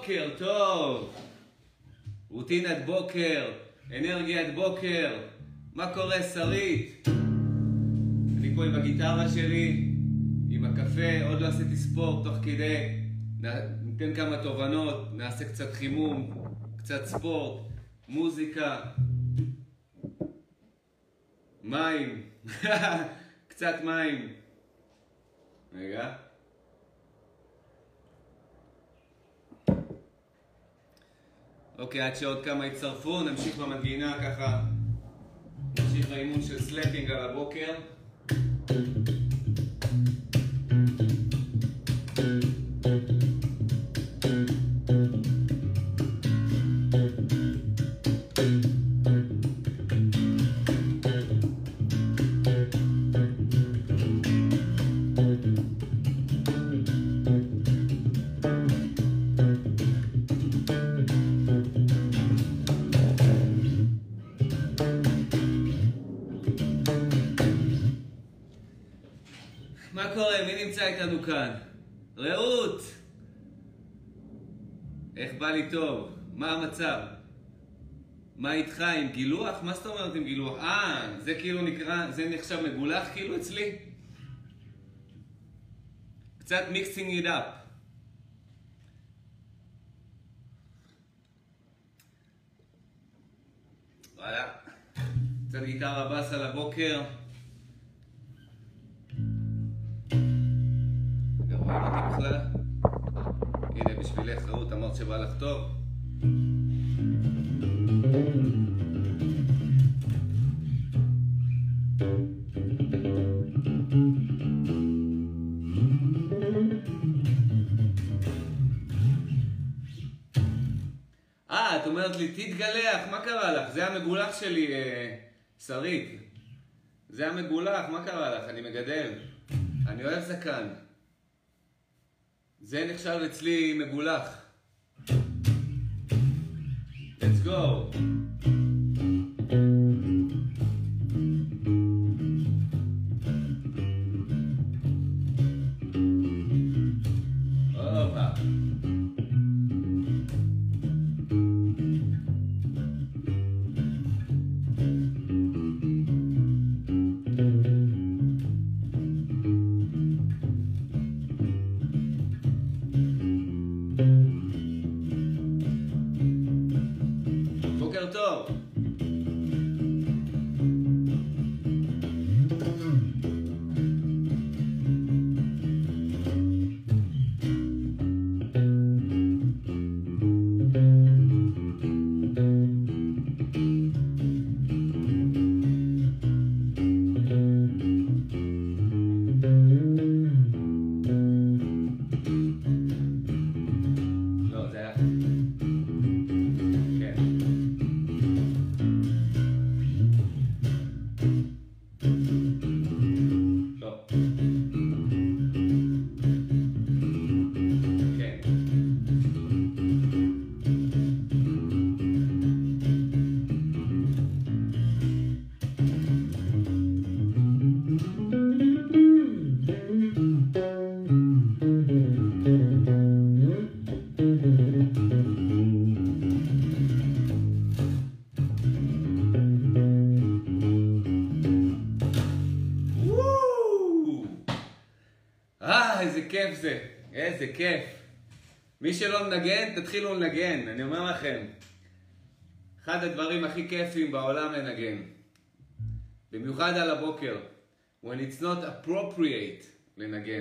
בוקר טוב, רוטינת בוקר, אנרגיית בוקר, מה קורה שרית? אני פה עם הגיטרה שלי, עם הקפה, עוד לא עשיתי ספורט תוך כדי, ניתן כמה תובנות, נעשה קצת חימום, קצת ספורט, מוזיקה, מים, קצת מים, רגע. אוקיי, עד שעוד כמה יצטרפו, נמשיך במנגינה ככה, נמשיך באימון של סלפינג על הבוקר. מה קורה? מי נמצא איתנו כאן? רעות! איך בא לי טוב? מה המצב? מה איתך? עם גילוח? מה זאת אומרת עם גילוח? זה כאילו נקרא, זה נחשב מגולח כאילו אצלי? קצת mixing it up. וואלה. קצת גיטרה בס על הבוקר. רואים אותי בכלל? הנה בשבילך רעות, אמרת שבא לך טוב. את אומרת לי תתגלח, מה קרה לך? זה המגולח שלי, שרית. זה המגולח, מה קרה לך? אני מגדל. אני אוהב זקן. זה נחשב אצלי מגולח. Let's go. הופה. בוקר טוב. לא, זה היה... כן. לא. כן. איזה כיף זה, איזה כיף. מי שלא מנגן, תתחילו לנגן, אני אומר לכם. אחד הדברים הכי כיפים בעולם לנגן. במיוחד על הבוקר. When it's not appropriate לנגן.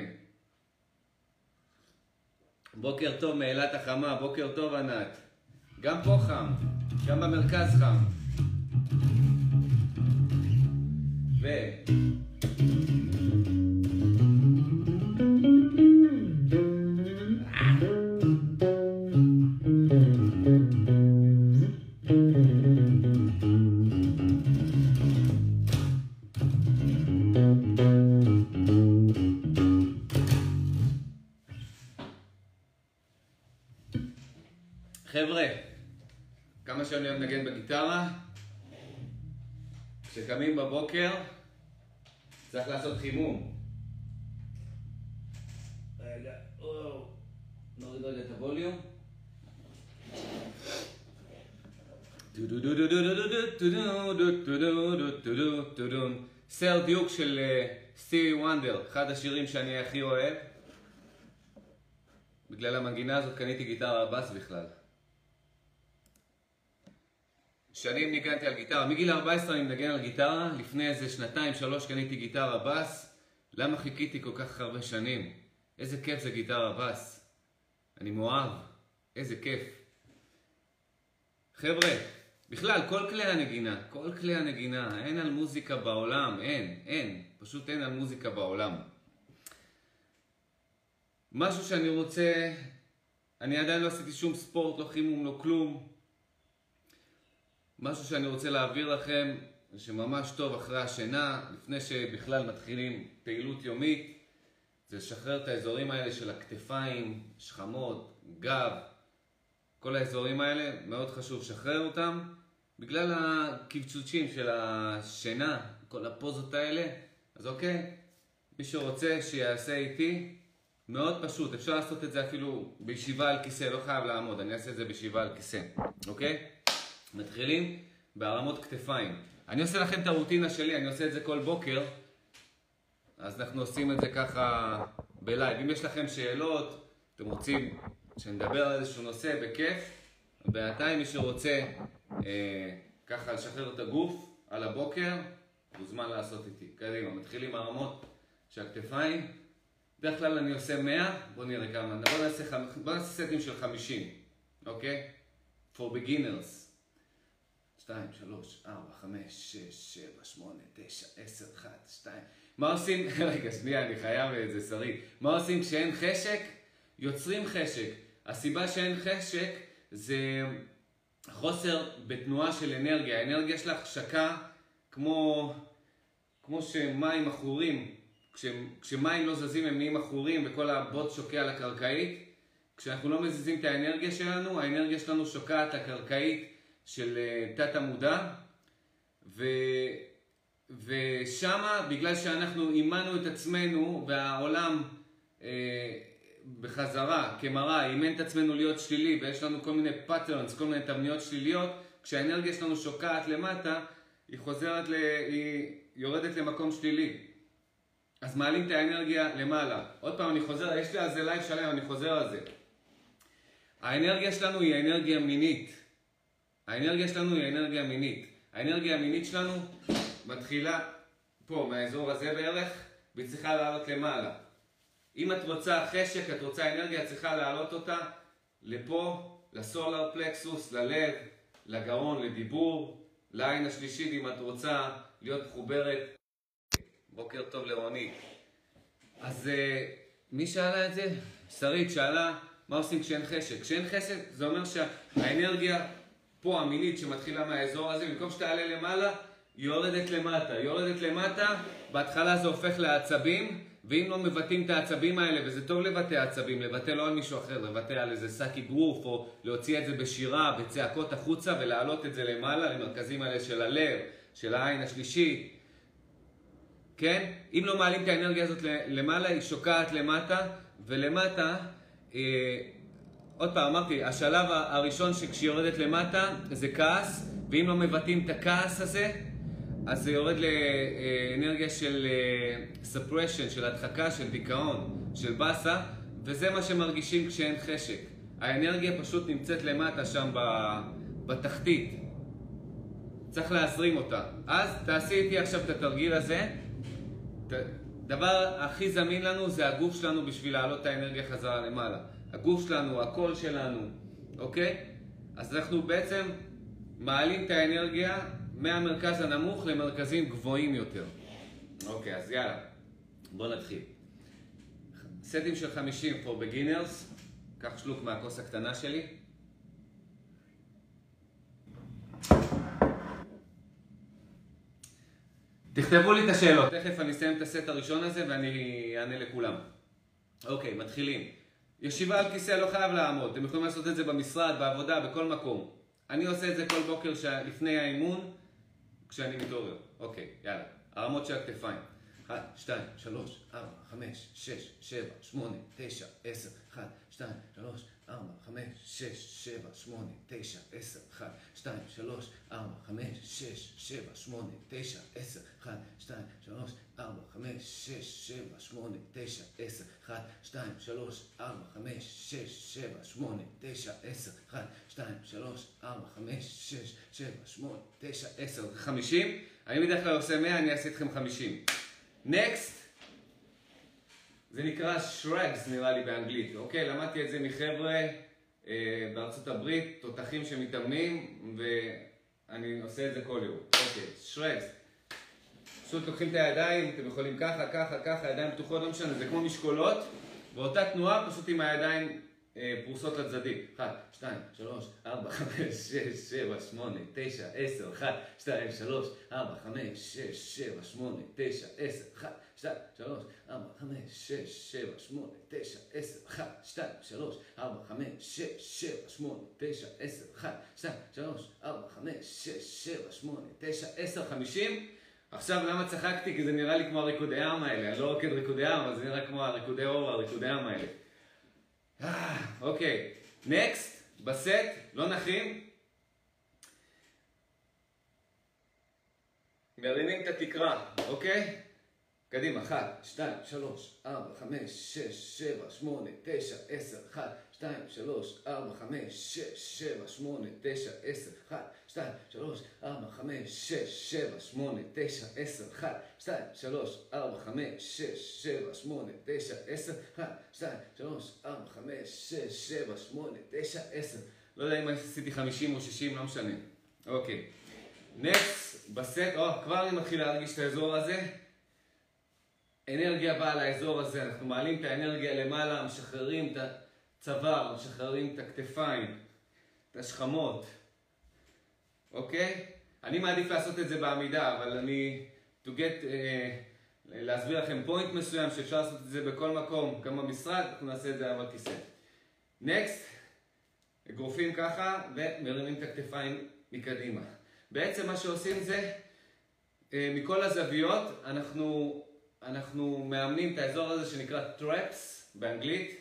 בוקר טוב מאילת החמה, בוקר טוב ענת. גם פה חם, גם במרכז חם. חבר'ה, כמה שאני אוהב לנגן בגיטרה, כשקמים בבוקר צריך לעשות חימום. רגע, נוריד רגע את הווליום. סר דיוק של סטיבי וונדר, אחד השירים שאני הכי אוהב. בגלל המנגינה הזאת קניתי גיטרה בס בכלל. שנים ניגנתי על גיטרה, מגיל 14 אני מנגן על גיטרה, לפני איזה 2-3 קניתי גיטרה בס. למה חיכיתי כל כך הרבה שנים? איזה כיף זה גיטרה בס. אני מאוהב, איזה כיף. חבר'ה, בכלל כל כלי הנגינה, אין על מוזיקה בעולם, פשוט אין על מוזיקה בעולם. משהו שאני רוצה, אני עדיין לא עשיתי שום ספורט, לא חימום, לא כלום. משהו שאני רוצה להעביר לכם, שממש טוב אחרי השינה, לפני שבכלל מתחילים פעילות יומית, זה לשחרר את האזורים האלה של הכתפיים, שכמות, גב, כל האזורים האלה, מאוד חשוב לשחרר אותם. בגלל הקבצוצ'ים של השינה, כל הפוזות האלה, אז אוקיי, מי שרוצה שיעשה איתי, מאוד פשוט, אפשר לעשות את זה אפילו בישיבה על כיסא, לא חייב לעמוד, אני אעשה את זה בישיבה על כיסא, אוקיי? מתחילים בהרמות כתפיים. אני עושה לכם את הרוטינה שלי, אני עושה את זה כל בוקר, אז אנחנו עושים את זה ככה בלייב. אם יש לכם שאלות, אתם רוצים שנדבר על איזשהו נושא בכיף, בינתיים מי שרוצה ככה לשחרר את הגוף על הבוקר, מוזמן לעשות איתי. קדימה, מתחילים הרמות של הכתפיים. בדרך כלל אני עושה 100, בואו נראה כמה, בואו נעשה סטים של 50, אוקיי? For beginners. 2, 3, 4, 5, 6, 7, 8, 9, 10, 1, 2. מה עושים? רגע, שנייה, אני חייב את זה, שרי. מה עושים כשאין חשק? יוצרים חשק. הסיבה שאין חשק זה חוסר בתנועה של אנרגיה. האנרגיה שלך שקה כמו שמים עכורים. כשמים לא זזים הם נהיים עכורים וכל הבוט שוקע על הקרקעית. כשאנחנו לא מזיזים את האנרגיה שלנו, האנרגיה שלנו שוקעת לקרקעית של תת המודע. ושמה, בגלל שאנחנו אימנו את עצמנו והעולם בחזרה, כמראה, אימן את עצמנו להיות שלילי ויש לנו כל מיני פאטרנס, כל מיני תבניות שליליות, כשהאנרגיה שלנו שוקעת למטה, היא יורדת למקום שלילי. אז מעלים את האנרגיה למעלה. עוד פעם אני חוזר, יש לי על זה לייב שלם, אני חוזר על זה. האנרגיה שלנו היא האנרגיה מינית. האנרגיה המינית שלנו מתחילה פה, מהאזור הזה בערך, והיא צריכה לעלות למעלה. אם את רוצה חשק, את רוצה אנרגיה, את צריכה להעלות אותה לפה, לסולר פלקסוס, ללב, לגרון, לדיבור, לעין השלישית אם את רוצה להיות מחוברת. בוקר טוב לרוני. אז מי שאלה את זה? שרית שאלה, מה עושים כשאין חשק? כשאין חשק זה אומר שהאנרגיה פה המינית שמתחילה מהאזור הזה, במקום שתעלה למעלה, היא יורדת למטה, בהתחלה זה הופך לעצבים, ואם לא מבטאים את העצבים האלה, וזה טוב לבטא עצבים, לבטא לא על מישהו אחר, לבטא על איזה סאקי גרוף, או להוציא את זה בשירה, בצעקות החוצה, ולהעלות את זה למעלה, למרכזים האלה של הלב, של העין השלישית. כן? אם לא מעלים את האנרגיה הזאת למעלה, היא שוקעת למטה, ולמטה, עוד פעם אמרתי, השלב הראשון שכשהיא יורדת למטה, זה כעס, ואם לא מבטאים את הכעס הזה, אז זה יורד לאנרגיה של suppression, של הדחקה, של דיכאון, של בסה, וזה מה שמרגישים כשאין חשק. האנרגיה פשוט נמצאת למטה שם בתחתית. צריך להזרים אותה. אז תעשי איתי עכשיו את התרגיל הזה. דבר הכי זמין לנו זה הגוף שלנו בשביל להעלות את האנרגיה חזרה למעלה. הגוף שלנו, הקול שלנו, אוקיי? אז אנחנו בעצם מעלים את האנרגיה מהמרכז הנמוך למרכזים גבוהים יותר. אוקיי, אז יאללה, בואו נתחיל. סטים של 50 for beginners. קח שלוק מהכוס הקטנה שלי. תכתבו לי את השאלות. תכף אני אסיים את הסט הראשון הזה ואני אענה לכולם. אוקיי, מתחילים. ישיבה על כיסא, לא חייב לעמוד. אתם יכולים לעשות את זה במשרד, בעבודה, בכל מקום. אני עושה את זה כל בוקר לפני האימון, כשאני מתעורר. אוקיי, יאללה. הרמות של הכתפיים. 1, 2, 3, 4, 5, 6, 7, 8, 9, 10, 1, 2, 3, 4, 5, 6, 7, 8, 9, 10, 1, 2, 3, 4, 5, 6, 7, 8, 9, 10, 1, 2, 3, 4, 5, 6, 7, 8, 9, 10, 1, 2, 3, 4, 5, 6, 7, 8, 9, 10, 1, 2, 3, 4, 5, 6, 7, 8, 9, 10, 50. אני בדרך כלל עושה 100, אני אעשה איתכם 50. נקסט, זה נקרא שרגס נראה לי באנגלית, אוקיי? למדתי את זה מחבר'ה בארצות הברית, תותחים שמתאמנים, ואני עושה את זה כל יום. אוקיי, שרגס. פשוט לוקחים את הידיים, אתם יכולים ככה, ככה, ככה, ידיים פתוחות, לא משנה, זה כמו משקולות, ואותה תנועה פשוט עם הידיים פרוסות לצדדים. 1, 2, 3, 4, 5, 6, 7, 8, 9, 10, 1, 2, 3, 4, 5, 6, 7, 8, 9, 10, 1, 2, 3, 4, 5, 6, 7, 8, 9, 10, 1, 2, 3, 4, 5, 6, 7, 8, 9, 10, 1, 2, 3, 4, 5, 6, 7, 8, 9, 10, 50. עכשיו למה צחקתי? כי זה נראה לי כמו הריקודי ים האלה. אני לא רוקד ריקודי ים, אבל זה נראה כמו הריקודי אור, הריקודי ים האלה. אוקיי, נקסט, בסט, לא נחים. מרימים את התקרה, אוקיי? קדימה, 1, 2, 3, 4, 5, 6, 7, 8, 9, 10, 1, 2, 3, 4, 5, 6, 7, 8, 9, 10, 1, 2, 3, 4, 5, 6, 7, 8, 9, 10, 1, 2, 3, 4, 5, 6, 7, 8, 9, 10, 1, 2, 3, 4, 5, 6, 7, 8, 9, 10. לא יודע אם עשיתי 50 או 60, לא משנה. אוקיי. נקסט, בסט, כבר אני מתחיל להרגיש את האזור הזה. אנרגיה באה לאזור הזה, אנחנו מעלים את האנרגיה למעלה, משחררים את הצוואר, משחררים את הכתפיים, את השכמות, אוקיי? אני מעדיף לעשות את זה בעמידה, אבל אני, להסביר לכם פוינט מסוים שאפשר לעשות את זה בכל מקום, גם במשרד, אנחנו נעשה את זה על הכיסא. נקסט, אגרופים ככה ומרימים את הכתפיים מקדימה. בעצם מה שעושים זה, מכל הזוויות, אנחנו מאמנים את האזור הזה שנקרא טראפס באנגלית,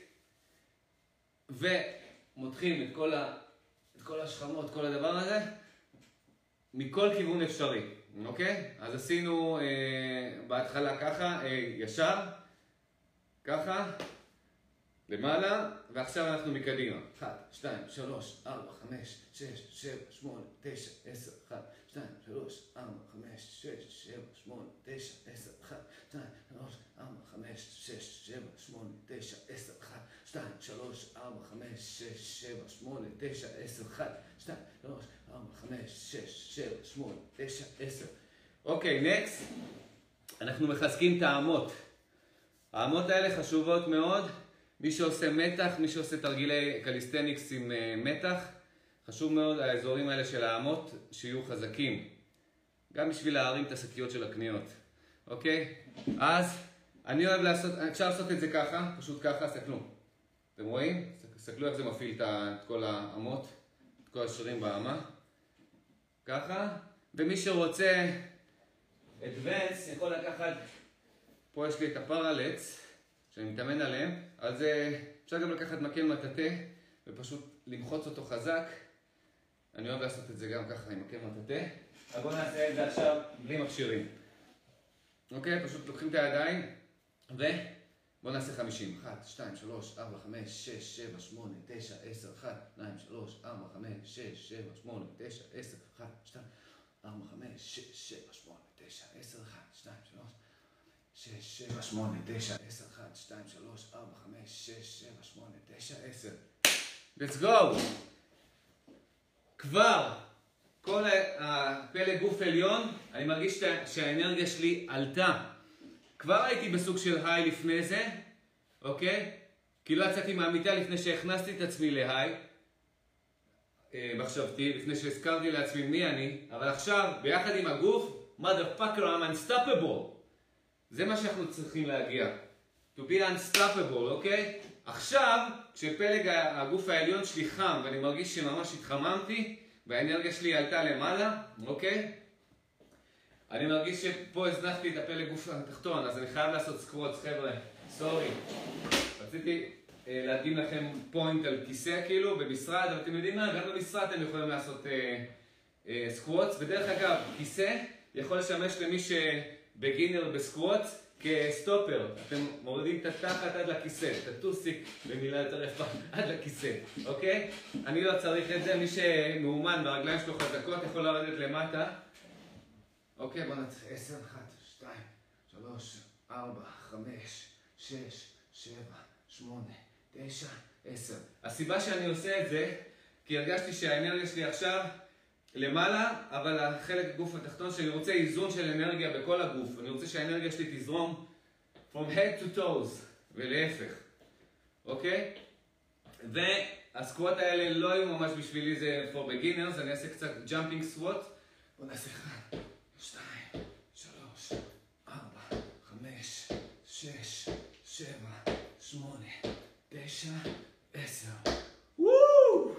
ומותחים את כל השכמות, כל הדבר הזה, מכל כיוון אפשרי, אוקיי? אז עשינו בהתחלה ככה, ישר, ככה, למעלה, ועכשיו אנחנו מקדימה. 1, 2, 3, 4, 5, 6, 7, 8, 9, 10, 1, 2, 3, 4, 5, 6, 7, 8, 9, 10, 1, 2, 3, 4, 5, 6, 7, 8, 9, 10, 1, 2, 3, 4, 5, 6, 7, 8, 9, 10, 1, 2, 3, 4, 5, 6, 7, 8, 9, 10. אוקיי, נקסט. אנחנו מחזקים את האמות. האמות האלה חשובות מאוד. מי שעושה מתח, מי שעושה תרגילי קליסטניקס עם מתח, חשוב מאוד האזורים האלה של האמות שיהיו חזקים. גם בשביל להרים את השקיות של הקניות. אוקיי? אז אני אוהב לעשות, אפשר לעשות את זה ככה, פשוט ככה, סתכלו. אתם רואים? סתכלו איך זה מפעיל את כל האמות, את כל השרירים באמה. ככה. ומי שרוצה אדוונס יכול לקחת, פה יש לי את הפרלץ, שאני מתאמן עליהם, אז אפשר גם לקחת מקל מטאטא ופשוט למחוץ אותו חזק. אני אוהב לעשות את זה גם ככה עם מקל מטאטא. אז בואו נעשה את זה עכשיו בלי מכשירים. אוקיי? פשוט לוקחים את הידיים ובואו נעשה 50. 1, 2, 3, 4, 5, 6, 7, 8, 9, 10, 1, 2, 3, 4, 5, 6, 7, 8, 9, 10, 1, 2, 4, 5, 6, 7, 8, 9, 10, 1, 2, 3, 6, 7, 8, 9, 10, 1, 2, 3, 4, 5, 6, 7, 8, 9, 10. Let's go! כבר כל הפלג גוף עליון, אני מרגיש שהאנרגיה שלי עלתה. כבר הייתי בסוג של היי לפני זה, אוקיי? כי לא יצאתי מהמיטה לפני שהכנסתי את עצמי להיי. מחשבתי, לפני שהזכרתי לעצמי מי אני, אבל עכשיו, ביחד עם הגוף, motherfucker, I'm unstoppable. זה מה שאנחנו צריכים להגיע. To be unstoppable, אוקיי? עכשיו, כשפלג הגוף העליון שלי חם, ואני מרגיש שממש התחממתי, והאנרגיה שלי עלתה למעלה, אוקיי? אני מרגיש שפה הזנחתי את הפלג גוף התחתון, אז אני חייב לעשות סקווטס, חבר'ה. סורי. רציתי להדגים לכם פוינט על כיסא כאילו, במשרד, אבל אתם יודעים מה? גם במשרד אתם יכולים לעשות סקווטס. בדרך אגב, כיסא יכול לשמש למי שבגינר בסקווטס כסטופר. אתם מורידים את התחת עד לכיסא, את הטוסיק במילה יותר יפה, עד לכיסא, אוקיי? אני לא צריך את זה, מי שמאומן והרגליים שלו חזקות יכול לרדת למטה. אוקיי, בוא נצא, 10, 1, 2, 3, 4, 5, 6, 7, 8, 9, 10. הסיבה שאני עושה את זה, כי הרגשתי שהאנרגיה שלי עכשיו למעלה, אבל החלק הגוף התחתון שאני רוצה איזון של אנרגיה בכל הגוף. אני רוצה שהאנרגיה שלי תזרום from head to toes, ולהפך. אוקיי? והסקווט האלה לא היו ממש בשבילי, זה for beginners, אני אעשה קצת jumping squat. בוא נעשה 1, 2, 3, 4, 5, 6, 7, 8, 9, 10. וואו!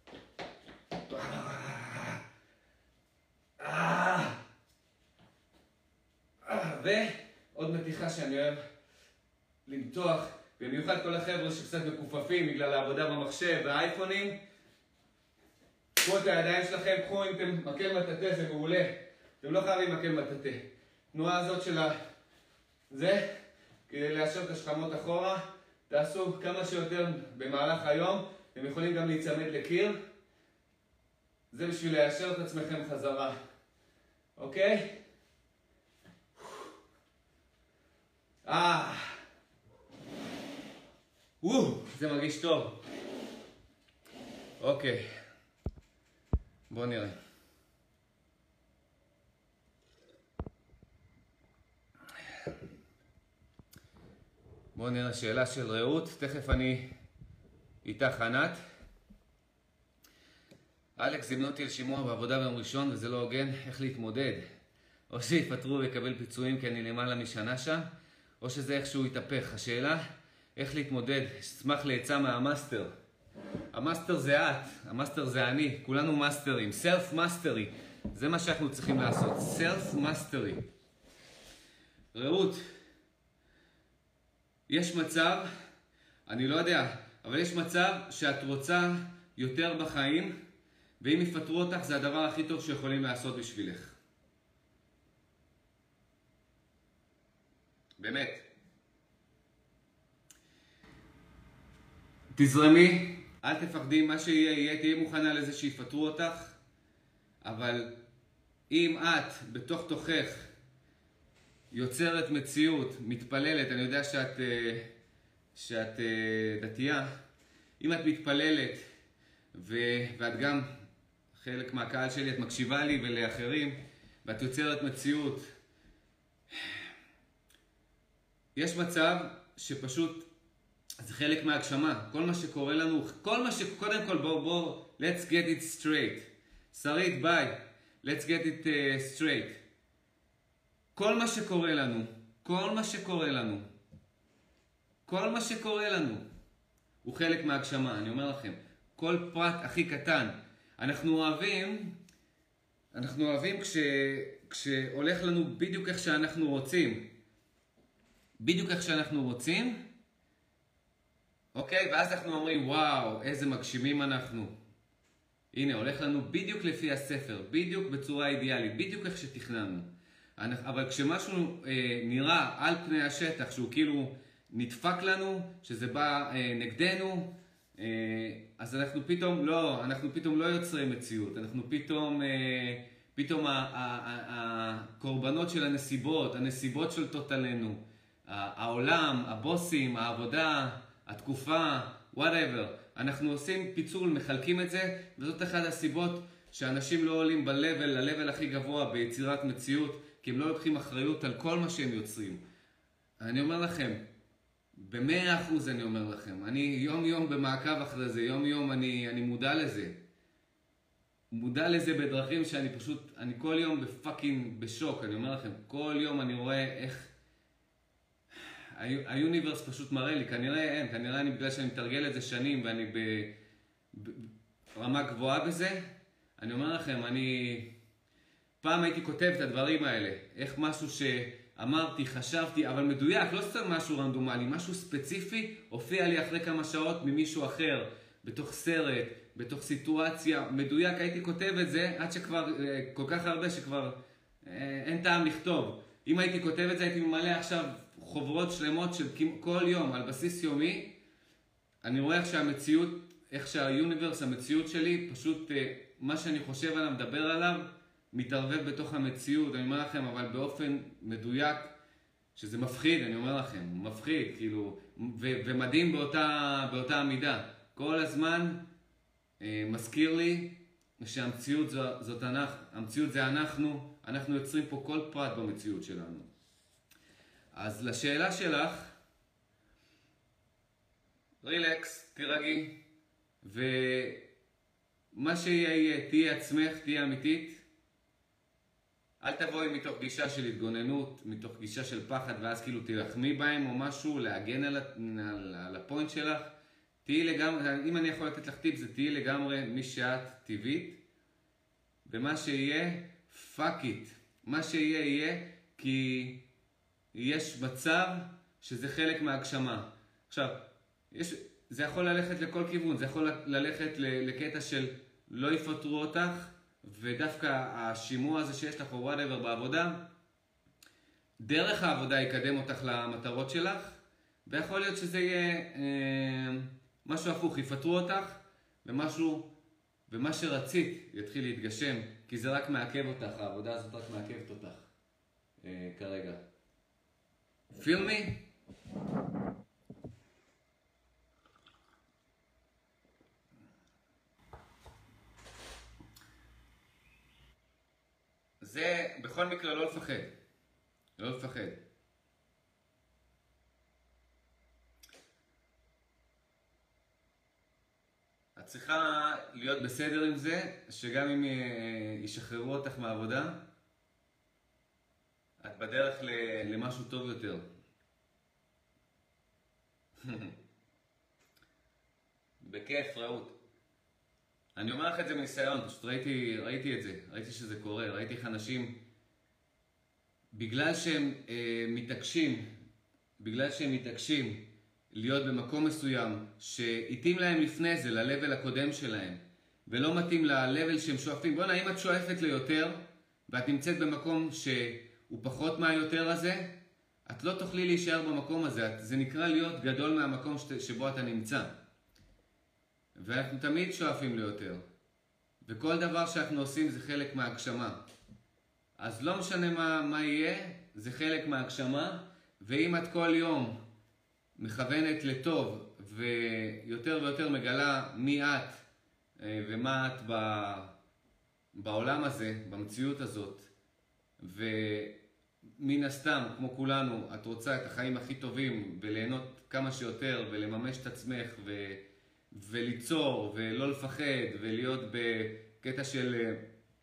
ועוד מתיחה שאני אוהב למתוח, במיוחד כל החבר'ה שקצת מקופפים בגלל העבודה במחשב והאייפונים. קחו את הידיים שלכם, קחו אם אתם מקל מטאטה, זה מעולה. אתם לא חייבים מקל מטאטה. תנועה הזאת של זה, כדי ליישר את השכמות אחורה, תעשו כמה שיותר במהלך היום. אתם יכולים גם להיצמד לקיר. זה בשביל ליישר את עצמכם חזרה. אוקיי? זה מרגיש טוב. אוקיי. בואו נראה. בואו נראה שאלה של רעות. תכף אני איתך ענת. אלכס זימנו אותי לשימוע בעבודה ביום ראשון וזה לא הוגן. איך להתמודד? או שיפטרו ויקבל פיצויים כי אני למעלה משנה שם, או שזה איכשהו יתהפך. השאלה, איך להתמודד? אשמח לעצה מהמאסטר. המאסטר זה את, המאסטר זה אני, כולנו מאסטרים. סלף מאסטרי, זה מה שאנחנו צריכים לעשות. סלף מאסטרי. רעות, יש מצב, אני לא יודע, אבל יש מצב שאת רוצה יותר בחיים, ואם יפטרו אותך זה הדבר הכי טוב שיכולים לעשות בשבילך. באמת. תזרמי, אל תפחדי, מה שיהיה, תהיה מוכנה לזה שיפטרו אותך, אבל אם את בתוך תוכך יוצרת מציאות, מתפללת, אני יודע שאת דתייה, אם את מתפללת ואת גם חלק מהקהל שלי, את מקשיבה לי ולאחרים, ואת יוצרת מציאות, יש מצב שפשוט זה חלק מהגשמה. כל מה שקורה לנו, קודם כל בוא, let's get it straight. שרית, ביי. let's get it straight. כל מה שקורה לנו הוא חלק מהגשמה, אני אומר לכם. כל פרט הכי קטן. אנחנו אוהבים כשהולך לנו בדיוק איך שאנחנו רוצים. אוקיי? ואז אנחנו אומרים, וואו, איזה מגשימים אנחנו. הנה, הולך לנו בדיוק לפי הספר, בדיוק בצורה אידיאלית, בדיוק איך שתכננו. אבל כשמשהו נראה על פני השטח, שהוא כאילו נדפק לנו, שזה בא נגדנו, אז אנחנו פתאום לא יוצרים מציאות. אנחנו פתאום הקורבנות של הנסיבות שולטות עלינו. העולם, הבוסים, העבודה, התקופה, whatever. אנחנו עושים פיצול, מחלקים את זה, וזאת אחת הסיבות שאנשים לא עולים ל-level הכי גבוה ביצירת מציאות, כי הם לא לוקחים אחריות על כל מה שהם יוצרים. אני אומר לכם, ב100% אני אומר לכם, אני יום במעקב אחרי זה, יום אני מודע לזה. מודע לזה בדרכים שאני פשוט, אני כל יום בפאקינג בשוק, אני אומר לכם, כל יום אני רואה איך היוניברס פשוט מראה לי, כנראה אני בגלל שאני מתרגל את זה שנים ואני ברמה גבוהה בזה, אני אומר לכם, פעם הייתי כותב את הדברים האלה, איך משהו שאמרתי, חשבתי, אבל מדויק, לא סתם משהו רנדומלי, משהו ספציפי, הופיע לי אחרי כמה שעות ממישהו אחר, בתוך סרט, בתוך סיטואציה, מדויק, הייתי כותב את זה, עד שכבר, כל כך הרבה שכבר אין טעם לכתוב. אם הייתי כותב את זה, הייתי ממלא עכשיו חוברות שלמות של כל יום, על בסיס יומי. אני רואה איך שהמציאות, איך שהיוניברס, המציאות שלי, פשוט מה שאני חושב עליו, מדבר עליו, מתערבב בתוך המציאות, אני אומר לכם, אבל באופן מדויק, שזה מפחיד, אני אומר לכם, מפחיד, כאילו, ומדהים באותה המידה. כל הזמן מזכיר לי שהמציאות זאת המציאות זה אנחנו יוצרים פה כל פרט במציאות שלנו. אז לשאלה שלך, רילקס, תירגעי, ומה שיהיה, תהיה עצמך, תהיה אמיתית. אל תבואי מתוך גישה של התגוננות, מתוך גישה של פחד, ואז כאילו תלחמי בהם או משהו, להגן על הפוינט שלך. תהיי לגמרי, אם אני יכול לתת לך טיפ, זה תהיי לגמרי מי שאת טבעית, ומה שיהיה, fuck it. מה שיהיה, יהיה, כי יש מצב שזה חלק מהגשמה. עכשיו, זה יכול ללכת לכל כיוון, זה יכול ללכת לקטע של לא יפטרו אותך, ודווקא השימוע הזה שיש לך או whatever בעבודה, דרך העבודה יקדם אותך למטרות שלך, ויכול להיות שזה יהיה משהו הפוך, יפטרו אותך, ומה שרצית יתחיל להתגשם, כי זה רק מעכב אותך, העבודה הזאת רק מעכבת אותך כרגע. feel me? זה בכל מקרה לא לפחד. לא לפחד. את צריכה להיות בסדר עם זה, שגם אם ישחררו אותך מהעבודה, את בדרך למשהו טוב יותר. בכיף, רעות. אני אומר לך את זה מניסיון, פשוט ראיתי את זה, ראיתי שזה קורה, ראיתי איך אנשים, בגלל שהם מתעקשים להיות במקום מסוים שהתאים להם לפני זה, ל-level הקודם שלהם, ולא מתאים ל-level שהם שואפים. בוא'נה, אם את שואפת ליותר, ואת נמצאת במקום שהוא פחות מהיותר הזה, את לא תוכלי להישאר במקום הזה, זה נקרא להיות גדול מהמקום שבו אתה נמצא. ואנחנו תמיד שואפים ליותר. וכל דבר שאנחנו עושים זה חלק מההגשמה. אז לא משנה מה יהיה, זה חלק מההגשמה, ואם את כל יום מכוונת לטוב, ויותר ויותר מגלה מי את, ומה את בעולם הזה, במציאות הזאת, ומן הסתם, כמו כולנו, את רוצה את החיים הכי טובים, וליהנות כמה שיותר, ולממש את עצמך, וליצור, ולא לפחד, ולהיות בקטע של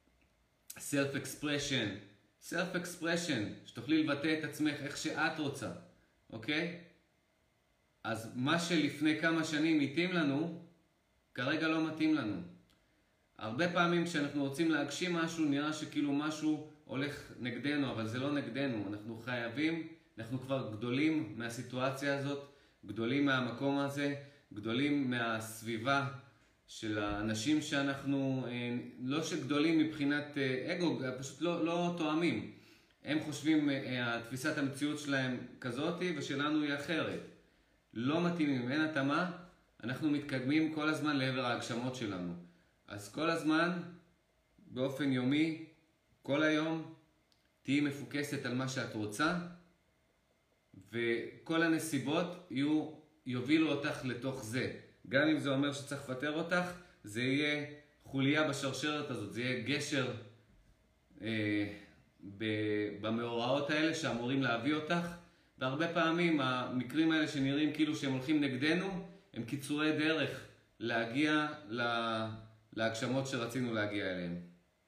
self-expression, שתוכלי לבטא את עצמך איך שאת רוצה, אוקיי? אז מה שלפני כמה שנים מתאים לנו, כרגע לא מתאים לנו. הרבה פעמים כשאנחנו רוצים להגשים משהו, נראה שכאילו משהו הולך נגדנו, אבל זה לא נגדנו. אנחנו חייבים, אנחנו כבר גדולים מהסיטואציה הזאת, גדולים מהמקום הזה, גדולים מהסביבה של האנשים שאנחנו, לא שגדולים מבחינת אגו, פשוט לא תואמים. הם חושבים, תפיסת המציאות שלהם כזאת, ושלנו היא אחרת. לא מתאימים, אין התאמה, אנחנו מתקדמים כל הזמן לעבר ההגשמות שלנו. אז כל הזמן, באופן יומי, כל היום, תהיי מפוקסת על מה שאת רוצה, וכל הנסיבות יובילו אותך לתוך זה. גם אם זה אומר שצריך לפטר אותך, זה יהיה חוליה בשרשרת הזאת, זה יהיה גשר במאורעות האלה שאמורים להביא אותך, והרבה פעמים המקרים האלה שנראים כאילו שהם הולכים נגדנו, הם קיצורי דרך להגיע להגשמות שרצינו להגיע אליהם.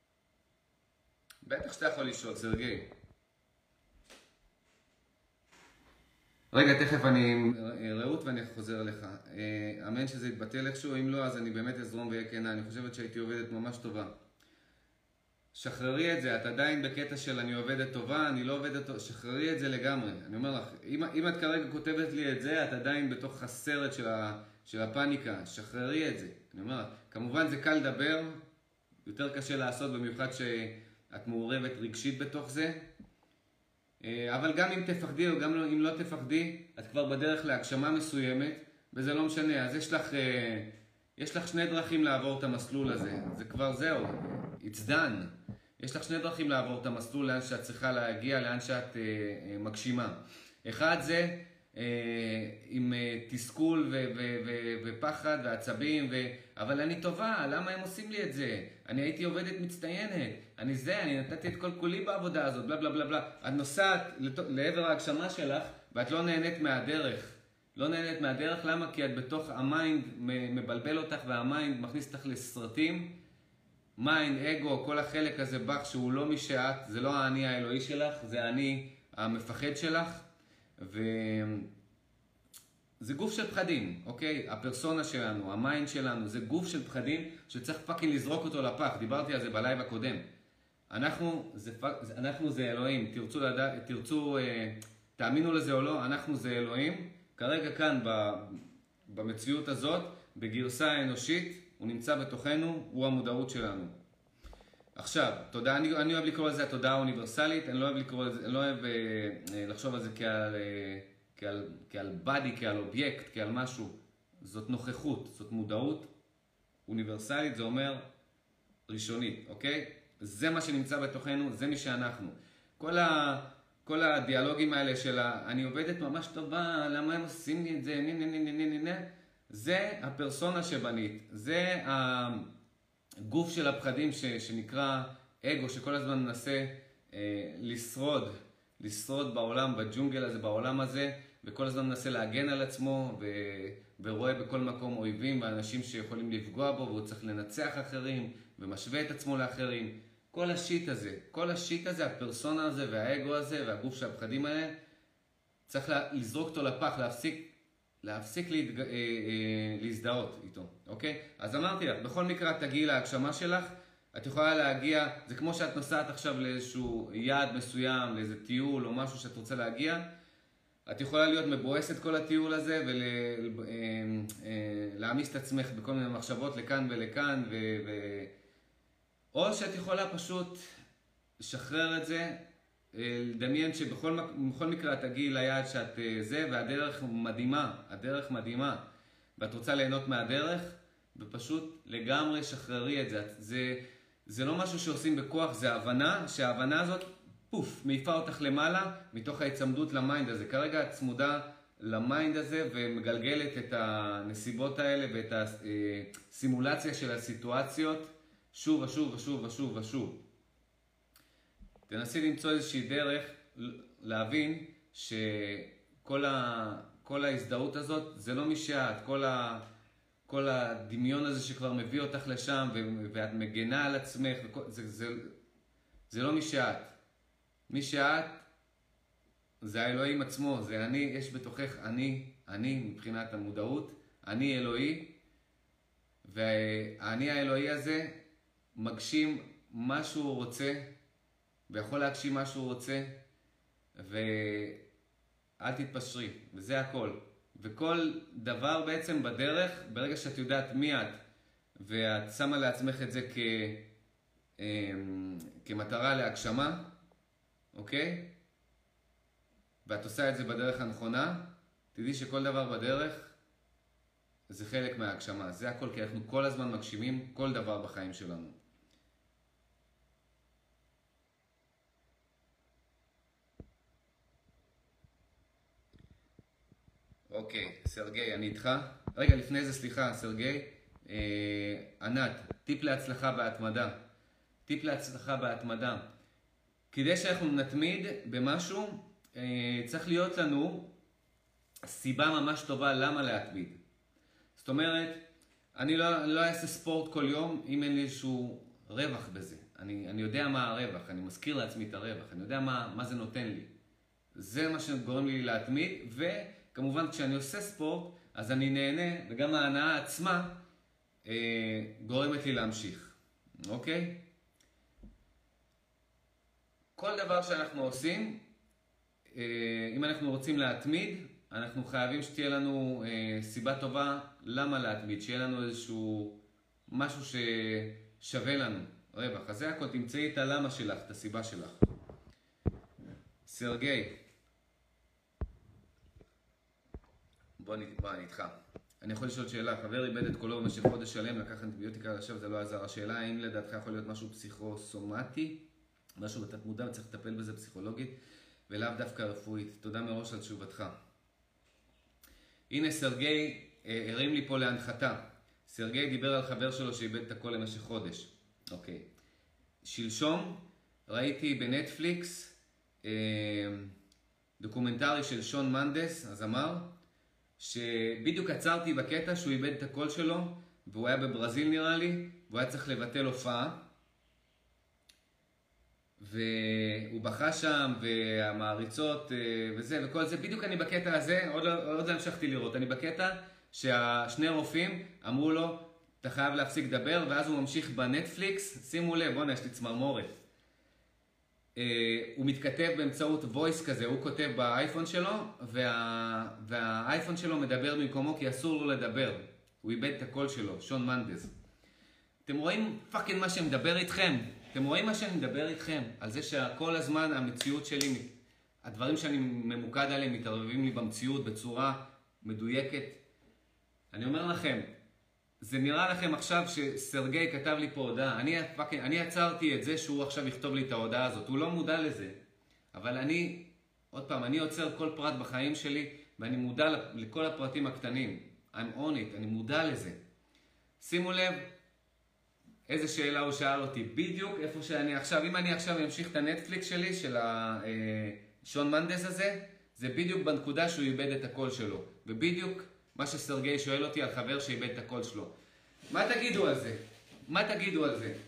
בטח שאתה יכול לשאול, סרגי. רגע, תכף אני רעות ואני חוזר אליך. אמן שזה יתבטל איכשהו, אם לא, אז אני באמת אזרום ויהיה כנה. אני חושבת שהייתי עובדת ממש טובה. שחררי את זה, את עדיין בקטע של אני עובדת טובה, אני לא עובדת טובה, שחררי את זה לגמרי. אני אומר לך, אם את כרגע כותבת לי את זה, את עדיין בתוך הסרט של הפאניקה, שחררי את זה. אני אומר לך, כמובן זה קל לדבר, יותר קשה לעשות, במיוחד שאת מעורבת רגשית בתוך זה. אבל גם אם תפחדי או גם אם לא תפחדי, את כבר בדרך להגשמה מסוימת, וזה לא משנה. אז יש לך שני דרכים לעבור את המסלול הזה. זה כבר זהו, it's done. יש לך שני דרכים לעבור את המסלול לאן שאת צריכה להגיע, לאן שאת מגשימה. אחד זה עם תסכול ופחד ועצבים, אבל אני טובה, למה הם עושים לי את זה? אני הייתי עובדת מצטיינת, אני נתתי את כל כולי בעבודה הזאת, בלה בלה בלה בלה. את נוסעת לעבר ההגשמה שלך ואת לא נהנית מהדרך. לא נהנית מהדרך, למה? כי את בתוך המיינד מבלבל אותך, והמיינד מכניס אותך לסרטים. מיינד, אגו, כל החלק הזה בך שהוא לא מי שאת, זה לא האני האלוהי שלך, זה האני המפחד שלך. זה גוף של פחדים, אוקיי? הפרסונה שלנו, המיינד שלנו, זה גוף של פחדים שצריך פאקינג לזרוק אותו לפח. דיברתי על זה בלייב הקודם. אנחנו זה אלוהים. תרצו, תאמינו לזה או לא, אנחנו זה אלוהים. כרגע כאן במציאות הזאת, בגרסה האנושית, הוא נמצא בתוכנו, הוא המודעות שלנו. עכשיו, תודה, אני אוהב לקרוא לזה התודעה האוניברסלית, אני לא אוהב לקרוא לזה, אני לא אוהב לחשוב על זה כעל בדי, כעל אובייקט, כעל משהו. זאת נוכחות, זאת מודעות אוניברסלית, זה אומר ראשונית, אוקיי? זה מה שנמצא בתוכנו, זה מי שאנחנו. כל הדיאלוגים האלה של אני עובדת ממש טובה, למה הם עושים לי את זה, זה הפרסונה שבנית, זה הגוף של הפחדים שנקרא אגו, שכל הזמן מנסה לשרוד בעולם, בג'ונגל הזה, בעולם הזה, וכל הזמן מנסה להגן על עצמו, ורואה בכל מקום אויבים ואנשים שיכולים לפגוע בו, והוא צריך לנצח אחרים, ומשווה את עצמו לאחרים. כל השיט הזה, הפרסונה הזה, והאגו הזה, והגוף של הפחדים האלה, צריך לזרוק אותו לפח, להפסיק להזדהות איתו, אוקיי? אז אמרתי לך, בכל מקרה תגיעי להגשמה שלך, את יכולה להגיע, זה כמו שאת נוסעת עכשיו לאיזשהו יעד מסוים, לאיזה טיול או משהו שאת רוצה להגיע, את יכולה להיות מבואסת כל הטיול הזה ולהעמיס את עצמך בכל מיני מחשבות לכאן ולכאן, או שאת יכולה פשוט לשחרר את זה, לדמיין שבכל מקרה תגיעי ליעד שאת זה, והדרך מדהימה, ואת רוצה ליהנות מהדרך, ופשוט לגמרי שחררי את זה. זה לא משהו שעושים בכוח, זה הבנה, שההבנה הזאת, פוף, מעיפה אותך למעלה, מתוך ההצמדות למיינד הזה. כרגע את צמודה למיינד הזה, ומגלגלת את הנסיבות האלה, ואת הסימולציה של הסיטואציות, שוב ושוב. תנסי למצוא איזושהי דרך להבין שכל ההזדהות הזאת זה לא מי שאת, כל הדמיון הזה שכבר מביא אותך לשם ואת מגנה על עצמך, זה לא מי שאת. מי שאת זה האלוהים עצמו, זה אני, יש בתוכך אני מבחינת המודעות, אני אלוהי, והאני האלוהי הזה מגשים מה שהוא רוצה, ויכול להגשים מה שהוא רוצה, ואל תתפשרי, וזה הכל. וכל דבר בעצם בדרך, ברגע שאת יודעת מי את, ואת שמה לעצמך את זה כמטרה להגשמה, אוקיי? ואת עושה את זה בדרך הנכונה, תדעי שכל דבר בדרך זה חלק מההגשמה. זה הכל, כי אנחנו כל הזמן מגשימים כל דבר בחיים שלנו. אוקיי, סרגי, אני איתך. רגע, לפני זה, סליחה, סרגי. ענת, טיפ להצלחה בהתמדה. כדי שאנחנו נתמיד במשהו, צריך להיות לנו סיבה ממש טובה למה להתמיד. זאת אומרת, אני לא אעשה ספורט כל יום אם אין לי איזשהו רווח בזה. אני יודע מה הרווח, אני מזכיר לעצמי את הרווח, אני יודע מה זה נותן לי. זה מה שגורם לי להתמיד, וכמובן כשאני עושה ספורט, אז אני נהנה, וגם ההנאה עצמה גורמת לי להמשיך. אוקיי? כל דבר שאנחנו עושים, אם אנחנו רוצים להתמיד, אנחנו חייבים שתהיה לנו סיבה טובה למה להתמיד, שיהיה לנו איזשהו משהו ששווה לנו, רווח. אז זה הכל, תמצאי את הלמה שלך, את הסיבה שלך. סרגי, בוא נתחה. אני יכול לשאול שאלה, חבר איבד את קולו במשך חודש שלם, לקח אנטיביוטיקה, עכשיו זה לא עזר. השאלה האם לדעתך יכול להיות משהו פסיכוסומטי, משהו בתת מודע, וצריך לטפל בזה פסיכולוגית, ולאו דווקא רפואית. תודה מראש על תשובתך. הנה סרגי הרים לי פה להנחתה. סרגי דיבר על חבר שלו שאיבד את הקול למשך חודש. אוקיי. שלשום ראיתי בנטפליקס דוקומנטרי של שון מנדס, הזמר, שבדיוק עצרתי בקטע שהוא איבד את הקול שלו, והוא היה בברזיל נראה לי, והוא היה צריך לבטל הופעה. והוא בכה שם, והמעריצות וזה, וכל זה, בדיוק אני בקטע הזה, עוד לא המשכתי לראות, אני בקטע שהשני רופאים אמרו לו, אתה חייב להפסיק לדבר, ואז הוא ממשיך בנטפליקס, שימו לב, בוא'נה, יש לי צמרמורת. הוא מתכתב באמצעות וויס כזה, הוא כותב באייפון שלו, והאייפון שלו מדבר במקומו כי אסור לו לדבר. הוא איבד את הקול שלו, שון מנדס. אתם רואים פאקינג מה שמדבר איתכם? אתם רואים מה שאני מדבר איתכם? על זה שכל הזמן המציאות שלי, הדברים שאני ממוקד עליהם מתערבבים לי במציאות בצורה מדויקת. אני אומר לכם, זה נראה לכם עכשיו שסרגי כתב לי פה הודעה. אני עצרתי את זה שהוא עכשיו יכתוב לי את ההודעה הזאת. הוא לא מודע לזה. אבל עוד פעם, אני עוצר כל פרט בחיים שלי, ואני מודע לכל הפרטים הקטנים. I'm on it, אני מודע לזה. שימו לב, איזה שאלה הוא שאל אותי. בדיוק איפה שאני עכשיו, אם אני עכשיו אמשיך את הנטפליקס שלי, של שון מנדס הזה, זה בדיוק בנקודה שהוא איבד את הקול שלו. ובדיוק מה שסרגי שואל אותי על חבר שאיבד את הקול שלו. מה תגידו על זה? מה תגידו על זה?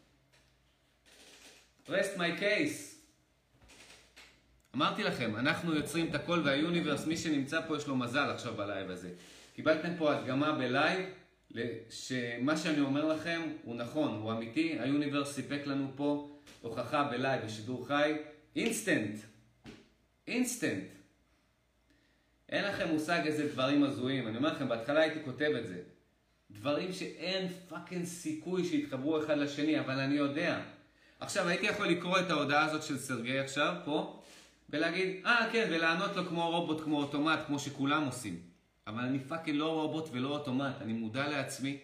rest my case. אמרתי לכם, אנחנו יוצרים את הקול והיוניברס, מי שנמצא פה יש לו מזל עכשיו בלייב הזה. קיבלתם פה הדגמה בלייב, שמה שאני אומר לכם הוא נכון, הוא אמיתי. היוניברס סיפק לנו פה הוכחה בלייב, בשידור חי. אינסטנט. אין לכם מושג איזה דברים הזויים. אני אומר לכם, בהתחלה הייתי כותב את זה. דברים שאין פאקינג סיכוי שיתחברו אחד לשני, אבל אני יודע. עכשיו, הייתי יכול לקרוא את ההודעה הזאת של סרגי עכשיו, פה, ולהגיד, כן, ולענות לו כמו רובוט, כמו אוטומט, כמו שכולם עושים. אבל אני פאקינג לא רובוט ולא אוטומט, אני מודע לעצמי.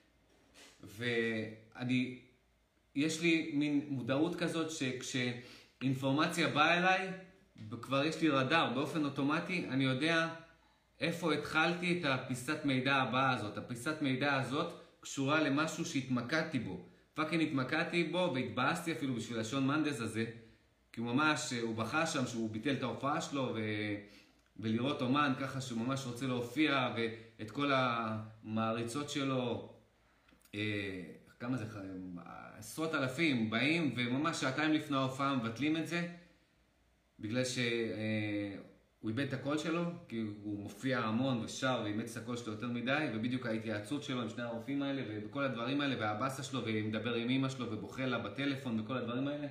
יש לי מין מודעות כזאת שכשאינפורמציה באה אליי, וכבר יש לי רדאר באופן אוטומטי, אני יודע איפה התחלתי את הפיסת מידע הבאה הזאת. הפיסת מידע הזאת קשורה למשהו שהתמקדתי בו. פאקינג התמקדתי בו והתבאסתי אפילו בשביל השון מנדס הזה, כי הוא ממש, הוא בכה שם שהוא ביטל את ההופעה שלו ולראות אומן ככה שהוא ממש רוצה להופיע, ואת כל המעריצות שלו, כמה זה, עשרות אלפים באים וממש שעתיים לפני ההופעה מבטלים את זה, בגלל שהוא איבד את הקול שלו, כי הוא מופיע המון ושר ואימץ את הקול שלו יותר מדי, ובדיוק ההתייעצות שלו עם שני הרופאים האלה וכל הדברים האלה, והבאסה שלו ומדבר עם אמא שלו ובוכה לה בטלפון וכל הדברים האלה.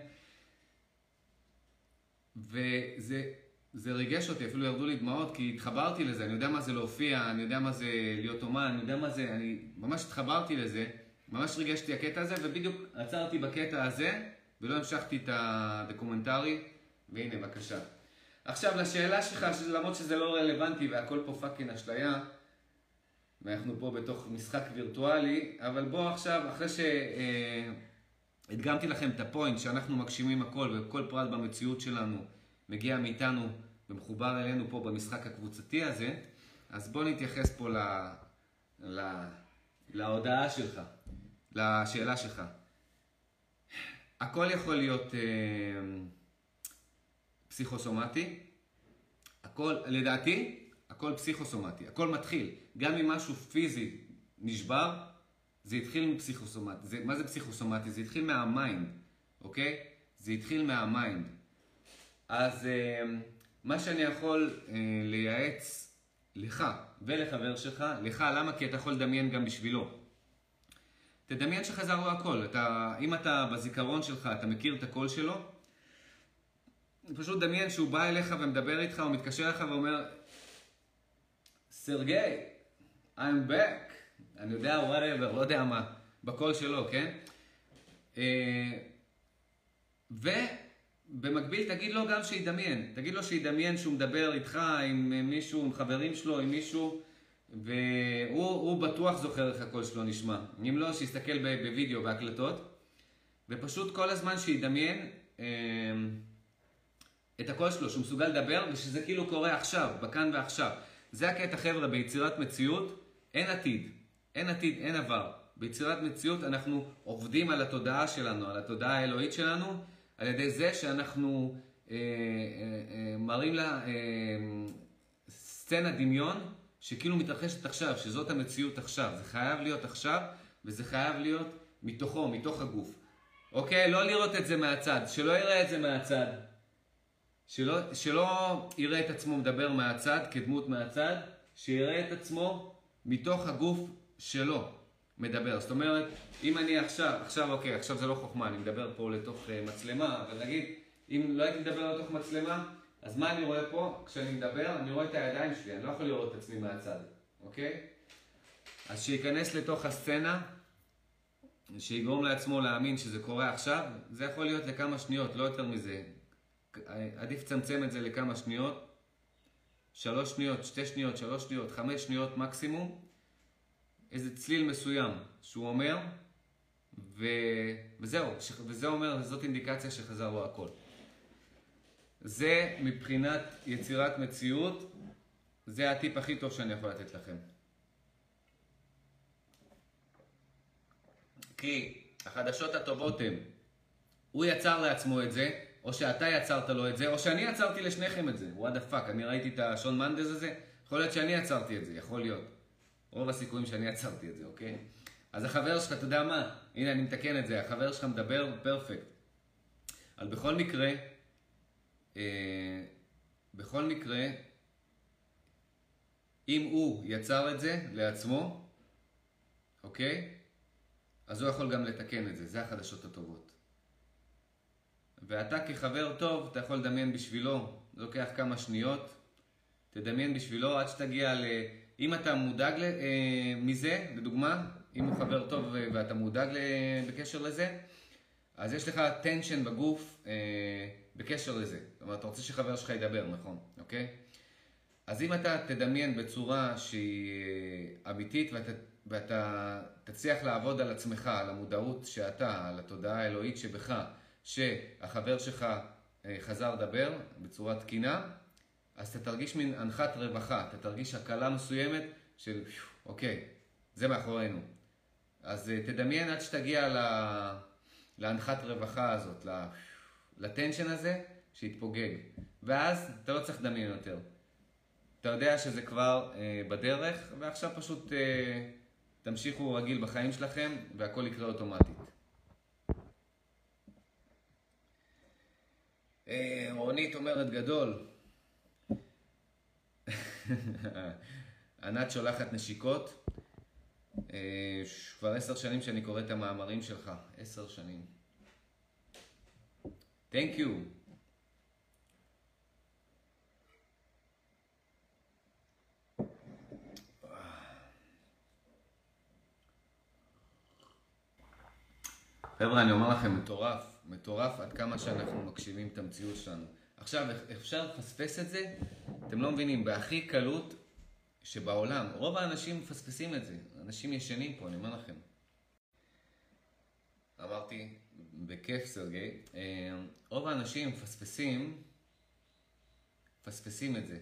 וזה ריגש אותי, אפילו ירדו לי דמעות, כי התחברתי לזה, אני יודע מה זה להופיע, אני יודע מה זה להיות אומן, אני יודע מה זה, אני ממש התחברתי לזה, ממש ריגשתי הקטע הזה, ובדיוק עצרתי בקטע הזה, ולא המשכתי את הדוקומנטרי, והנה, בבקשה. עכשיו, לשאלה שלך, למרות שזה לא רלוונטי, והכל פה פאקינג אשליה, ואנחנו פה בתוך משחק וירטואלי, אבל בוא עכשיו, אחרי שהדגמתי לכם את הפוינט, שאנחנו מגשימים הכל, וכל פרט במציאות שלנו מגיע מאיתנו ומחובר אלינו פה במשחק הקבוצתי הזה, אז בוא נתייחס פה להודעה שלך, לשאלה שלך. הכל יכול להיות פסיכוסומטי, הכל, לדעתי, הכל פסיכוסומטי, הכל מתחיל. גם אם משהו פיזי נשבר, זה התחיל מפסיכוסומטי. מה זה פסיכוסומטי? זה התחיל מהמיינד, אוקיי? זה התחיל מהמיינד. אז מה שאני יכול לייעץ לך ולחבר שלך, לך, למה? כי אתה יכול לדמיין גם בשבילו. תדמיין שחזר לו הכל. אם אתה בזיכרון שלך, אתה מכיר את הקול שלו, פשוט דמיין שהוא בא אליך ומדבר איתך, או מתקשר אליך ואומר, סרגי, I'm back. אני יודע, whatever, לא יודע מה, בקול שלו, כן? ובמקביל תגיד לו גם שידמיין. תגיד לו שידמיין שהוא מדבר איתך, עם מישהו, עם חברים שלו, עם מישהו, והוא בטוח זוכר איך הקול שלו נשמע. אם לא, שיסתכל בווידאו, בהקלטות, ופשוט כל הזמן שידמיין את הקול שלו, שהוא מסוגל לדבר, ושזה כאילו קורה עכשיו, בכאן ועכשיו. זה הקטע, חבר'ה, ביצירת מציאות, אין עתיד, אין עתיד, אין עבר. ביצירת מציאות אנחנו עובדים על התודעה שלנו, על התודעה האלוהית שלנו, על ידי זה שאנחנו מראים לה סצנה דמיון, שכאילו מתרחשת עכשיו, שזאת המציאות עכשיו. זה חייב להיות עכשיו, וזה חייב להיות מתוכו, מתוך הגוף. אוקיי? לא לראות את זה מהצד, שלא יראה את זה מהצד. שלא יראה את עצמו מדבר מהצד, כדמות מהצד, שיראה את עצמו מתוך הגוף שלו מדבר. זאת אומרת, אם אני עכשיו אוקיי, עכשיו זה לא חוכמה, אני מדבר פה לתוך מצלמה, אבל נגיד, אם לא הייתי מדבר לתוך מצלמה, אז מה אני רואה פה? כשאני מדבר, אני רואה את הידיים שלי, אני לא יכול לראות את עצמי מהצד, אוקיי? אז שיכנס לתוך הסצנה, שיגרום לעצמו להאמין שזה קורה עכשיו, זה יכול להיות לכמה שניות, לא יותר מזה. עדיף צמצם את זה לכמה שניות, 3 שניות, 2 שניות, 3 שניות, 5 שניות מקסימום, איזה צליל מסוים שהוא אומר, וזהו, וזה אומר, זאת אינדיקציה שחזר לו הכל. זה מבחינת יצירת מציאות, זה הטיפ הכי טוב שאני יכול לתת לכם. כי החדשות הטובות הן, הוא יצר לעצמו את זה, או שאתה יצרת לו את זה, או שאני יצרתי לשניכם את זה. what the fuck, אני ראיתי את השון מנדז הזה, יכול להיות שאני יצרתי את זה, יכול להיות. רוב הסיכויים שאני יצרתי את זה, אוקיי? אז החבר שלך, אתה יודע מה? הנה, אני מתקן את זה, החבר שלך מדבר פרפקט. אבל בכל מקרה, אם הוא יצר את זה לעצמו, אוקיי? אז הוא יכול גם לתקן את זה, זה החדשות הטובות. ואתה כחבר טוב, אתה יכול לדמיין בשבילו, זה לוקח כמה שניות, תדמיין בשבילו עד שתגיע אם אתה מודאג מזה, לדוגמה, אם הוא חבר טוב ואתה מודאג בקשר לזה, אז יש לך טנשן בגוף בקשר לזה. זאת אומרת, אתה רוצה שחבר שלך ידבר, נכון? אוקיי? אז אם אתה תדמיין בצורה שהיא אמיתית ואתה תצליח לעבוד על עצמך, על המודעות שאתה, על התודעה האלוהית שבך, שהחבר שלך חזר לדבר בצורה תקינה, אז אתה תרגיש מין הנחת רווחה, אתה תרגיש הקלה מסוימת של אוקיי, זה מאחורינו. אז תדמיין עד שתגיע להנחת רווחה הזאת, לטנשן הזה שיתפוגג. ואז אתה לא צריך לדמיין יותר. אתה יודע שזה כבר בדרך, ועכשיו פשוט תמשיכו רגיל בחיים שלכם והכל יקרה אוטומטית. רונית אומרת גדול. ענת שולחת נשיקות. כבר 10 שנים שאני קורא את המאמרים שלך. 10 שנים. Thank you. חבר'ה, אני אומר לכם, מטורף עד כמה שאנחנו מקשיבים את המציאות שלנו. עכשיו, אפשר לפספס את זה? אתם לא מבינים, בהכי קלות שבעולם, רוב האנשים מפספסים את זה. אנשים ישנים פה, אני אומר לכם. אמרתי, בכיף סרגי, רוב האנשים מפספסים את זה.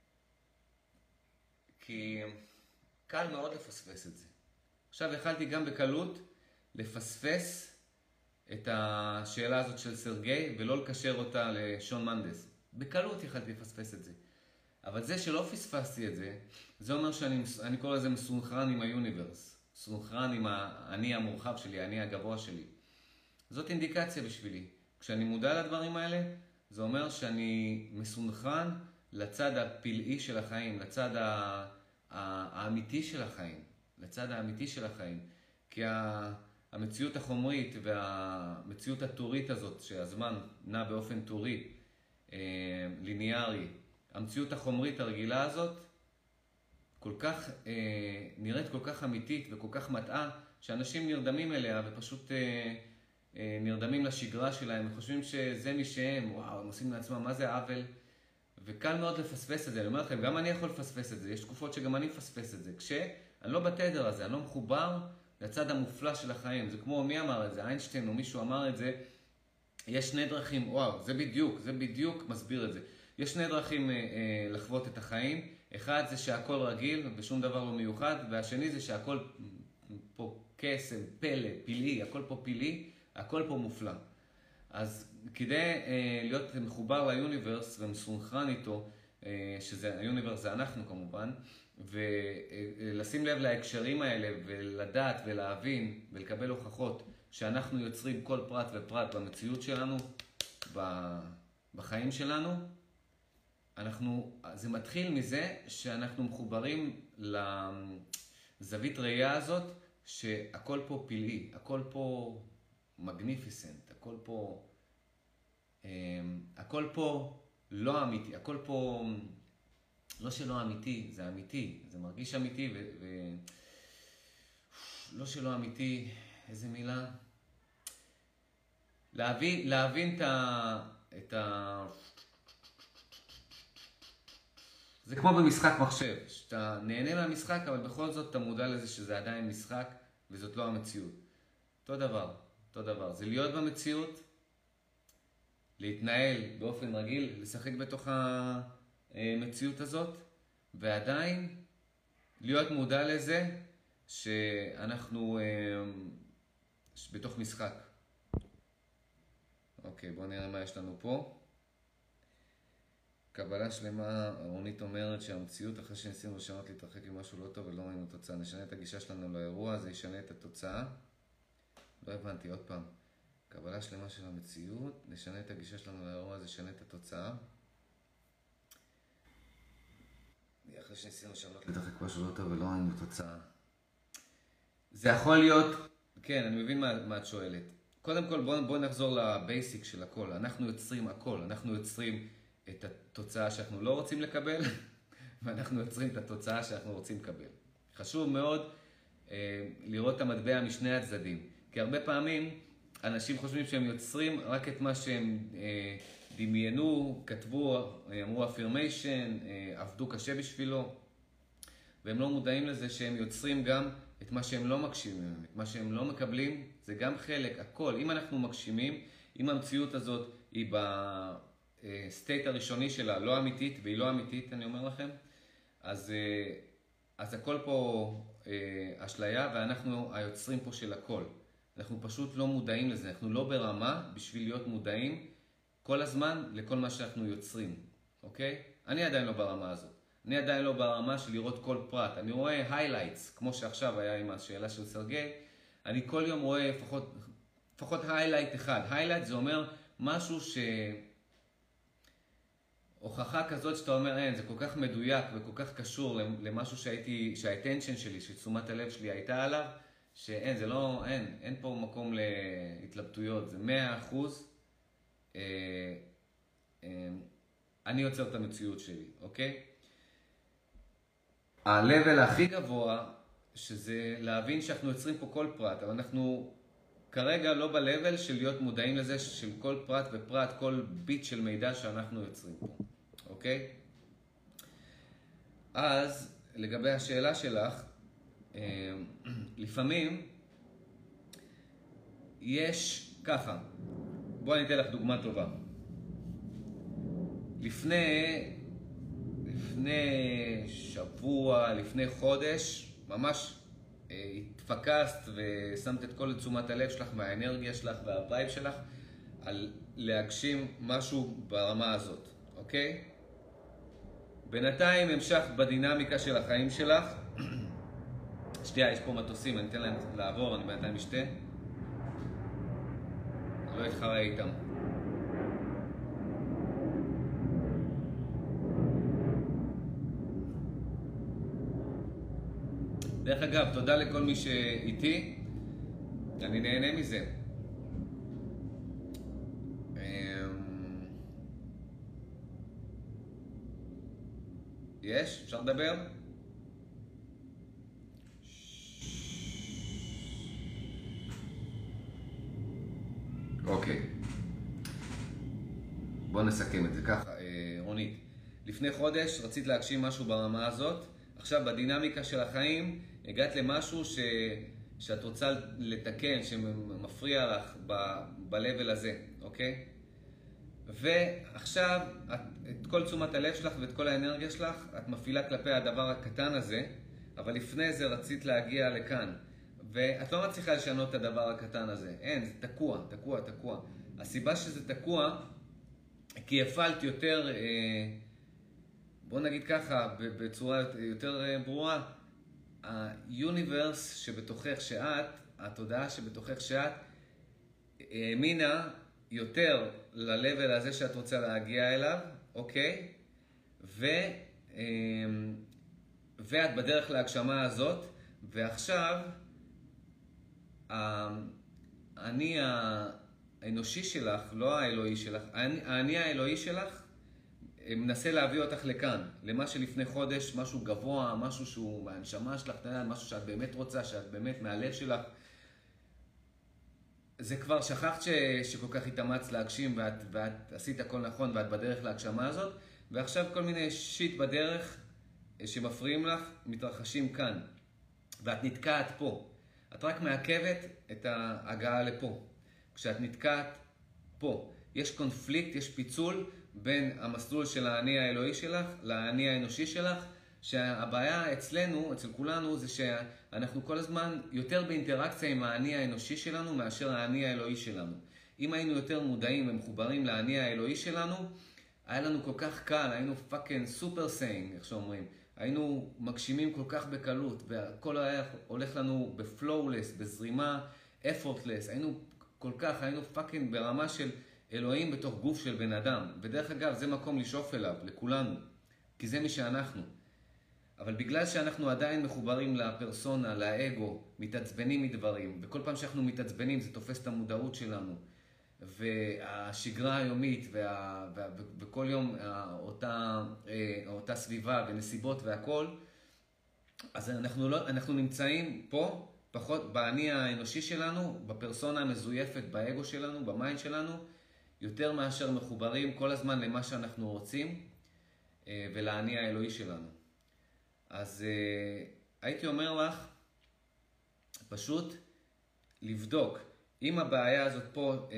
כי קל מאוד לפספס את זה. עכשיו, יכלתי גם בקלות לפספס את השאלה הזאת של סרגי, ולא לקשר אותה לשון מנדס. בקלות יכלתי לפספס את זה. אבל זה שלא פספסתי את זה, זה אומר שאני קורא לזה מסונכרן עם היוניברס. מסונכרן עם האני המורחב שלי, האני הגבוה שלי. זאת אינדיקציה בשבילי. כשאני מודע לדברים האלה, זה אומר שאני מסונכרן לצד הפלאי של החיים, לצד האמיתי של החיים. לצד האמיתי של החיים. כי המציאות החומרית והמציאות הטורית הזאת, שהזמן נע באופן טורי, ליניארי. המציאות החומרית הרגילה הזאת כל כך, נראית כל כך אמיתית וכל כך מטעה, שאנשים נרדמים אליה ופשוט נרדמים לשגרה שלהם, וחושבים שזה מי שהם, וואו, הם עושים לעצמם, מה זה עוול? וקל מאוד לפספס את זה. אני אומר לכם, גם אני יכול לפספס את זה, יש תקופות שגם אני מפספס את זה, כשאני לא בתדר הזה, אני לא מחובר לצד המופלא של החיים. זה כמו, מי אמר את זה? איינשטיין או מישהו אמר את זה, יש שני דרכים, וואו, זה בדיוק מסביר את זה. יש שני דרכים לחוות את החיים, אחד זה שהכל רגיל ושום דבר לא מיוחד, והשני זה שהכל פה קסם, פלא, פלאי, הכל פה פלאי, הכל פה מופלא. אז כדי להיות מחובר ליוניברס ומסונכרן איתו, שזה היוניברס זה אנחנו כמובן, ולשים לב להקשרים האלה ולדעת ולהבין ולקבל הוכחות שאנחנו יוצרים כל פרט ופרט במציאות שלנו, בחיים שלנו, זה מתחיל מזה שאנחנו מחוברים לזווית ראייה הזאת שהכל פה פלאי, הכל פה מגניפיסנט, הכל פה לא אמיתי, הכל פה לא שלא אמיתי, זה אמיתי, זה מרגיש אמיתי לא שלא אמיתי, איזה מילה? להבין את זה כמו במשחק מחשב, שאתה נהנה מהמשחק, אבל בכל זאת אתה מודע לזה שזה עדיין משחק, וזאת לא המציאות. אותו דבר. זה להיות במציאות, להתנהל באופן רגיל, לשחק בתוך המציאות הזאת, ועדיין להיות מודע לזה שאנחנו בתוך משחק. אוקיי, בואו נראה מה יש לנו פה. קבלה שלמה, רונית אומרת שהמציאות אחרי שניסינו לשנות להתרחק עם משהו לא טוב ולא ראינו תוצאה. נשנה את הגישה שלנו לאירוע, זה ישנה את התוצאה. לא הבנתי, עוד פעם. קבלה שלמה של המציאות, נשנה את הגישה שלנו לאירוע, זה ישנה את התוצאה. אחרי שניסינו לשנות להתרחק משהו לא טוב ולא ראינו תוצאה. זה יכול להיות, כן, אני מבין מה את שואלת. קודם כל בואו נחזור לבייסיק של הכל. אנחנו יוצרים הכל, אנחנו יוצרים את התוצאה שאנחנו לא רוצים לקבל, ואנחנו יוצרים את התוצאה שאנחנו רוצים לקבל. חשוב מאוד לראות את המטבע משני הצדדים, כי הרבה פעמים אנשים חושבים שהם יוצרים רק את מה שהם דמיינו, כתבו, אמרו affirmation, עבדו קשה בשבילו, והם לא מודעים לזה שהם יוצרים גם את מה שהם לא מקשימים, את מה שהם לא מקבלים, זה גם חלק, הכל. אם אנחנו מקשימים, אם המציאות הזאת היא בסטייט הראשוני שלה לא אמיתית, והיא לא אמיתית, אני אומר לכם, אז הכל פה אשליה, ואנחנו היוצרים פה של הכל. אנחנו פשוט לא מודעים לזה, אנחנו לא ברמה בשביל להיות מודעים כל הזמן לכל מה שאנחנו יוצרים, אוקיי? אני עדיין לא ברמה הזאת. אני עדיין לא ברמה של לראות כל פרט. אני רואה highlights, כמו שעכשיו היה עם השאלה של סרגי. אני כל יום רואה לפחות highlight אחד. highlight זה אומר משהו הוכחה כזאת שאתה אומר, אין, זה כל כך מדויק וכל כך קשור למשהו שהאטנשן שלי, שתשומת הלב שלי הייתה עליו, שאין, זה לא, אין פה מקום להתלבטויות, זה 100%. אני יוצר את המציאות שלי, אוקיי? ה-level הכי גבוה, שזה להבין שאנחנו יוצרים פה כל פרט, אבל אנחנו כרגע לא ב-level של להיות מודעים לזה של כל פרט ופרט, כל ביט של מידע שאנחנו יוצרים פה, אוקיי? אז לגבי השאלה שלך, לפעמים יש ככה, בואי אני אתן לך דוגמה טובה. לפני שבוע, לפני חודש, ממש התפקסת ושמת את כל תשומת הלב שלך והאנרגיה שלך והווייב שלך על להגשים משהו ברמה הזאת, אוקיי? בינתיים המשכת בדינמיקה של החיים שלך. שתיה, יש פה מטוסים, אני אתן להם לעבור, אני בינתיים משתה. לא אתחרה איתם. דרך אגב, תודה לכל מי שאיתי, אני נהנה מזה. אפשר לדבר? אוקיי. בוא נסכם את זה ככה, רונית. לפני חודש רצית להגשים משהו ברמה הזאת, עכשיו בדינמיקה של החיים הגעת למשהו שאת רוצה לתקן, שמפריע לך ב-level הזה, אוקיי? ועכשיו את כל תשומת הלב שלך ואת כל האנרגיה שלך את מפעילה כלפי הדבר הקטן הזה, אבל לפני זה רצית להגיע לכאן. ואת לא מצליחה לשנות את הדבר הקטן הזה. אין, זה תקוע. הסיבה שזה תקוע, כי הפעלת יותר, בוא נגיד ככה, בצורה יותר ברורה, היוניברס שבתוכך שאת, התודעה שבתוכך שאת, האמינה יותר ל-level הזה שאת רוצה להגיע אליו, אוקיי? ואת בדרך להגשמה הזאת, ועכשיו, אני האנושי שלך, לא האלוהי שלך, אני האלוהי שלך, מנסה להביא אותך לכאן, למה שלפני חודש, משהו גבוה, משהו שהוא מהנשמה שלך, משהו שאת באמת רוצה, שאת באמת מהלב שלך. זה כבר שכחת שכל כך התאמץ להגשים, ואת עשית הכל נכון, ואת בדרך להגשמה הזאת, ועכשיו כל מיני שיט בדרך שמפריעים לך, מתרחשים כאן, ואת נתקעת פה. את רק מעכבת את ההגעה לפה. כשאת נתקעת פה, יש קונפליקט, יש פיצול בין המסלול של האני האלוהי שלך לאני האנושי שלך, שהבעיה אצלנו, אצל כולנו, זה שאנחנו כל הזמן יותר באינטראקציה עם האני האנושי שלנו מאשר האני האלוהי שלנו. אם היינו יותר מודעים ומחוברים לאני האלוהי שלנו, היה לנו כל כך קל, היינו פאקינג סופר סיינג, איך שאומרים. היינו מגשימים כל כך בקלות, והכל היה הולך לנו בפלואולס, בזרימה, effortless. היינו פאקינג ברמה של אלוהים בתוך גוף של בן אדם. ודרך אגב, זה מקום לשאוף אליו, לכולנו, כי זה מי שאנחנו. אבל בגלל שאנחנו עדיין מחוברים לפרסונה, לאגו, מתעצבנים מדברים, וכל פעם שאנחנו מתעצבנים זה תופס את המודעות שלנו, והשגרה היומית, וכל יום אותה סביבה ונסיבות והכל, אז אנחנו נמצאים פה, פחות באני האנושי שלנו, בפרסונה המזויפת, באגו שלנו, במיינד שלנו, יותר מאשר מחוברים כל הזמן למה שאנחנו רוצים, ולאני האלוהי שלנו. אז הייתי אומר לך, פשוט לבדוק, אם הבעיה הזאת פה,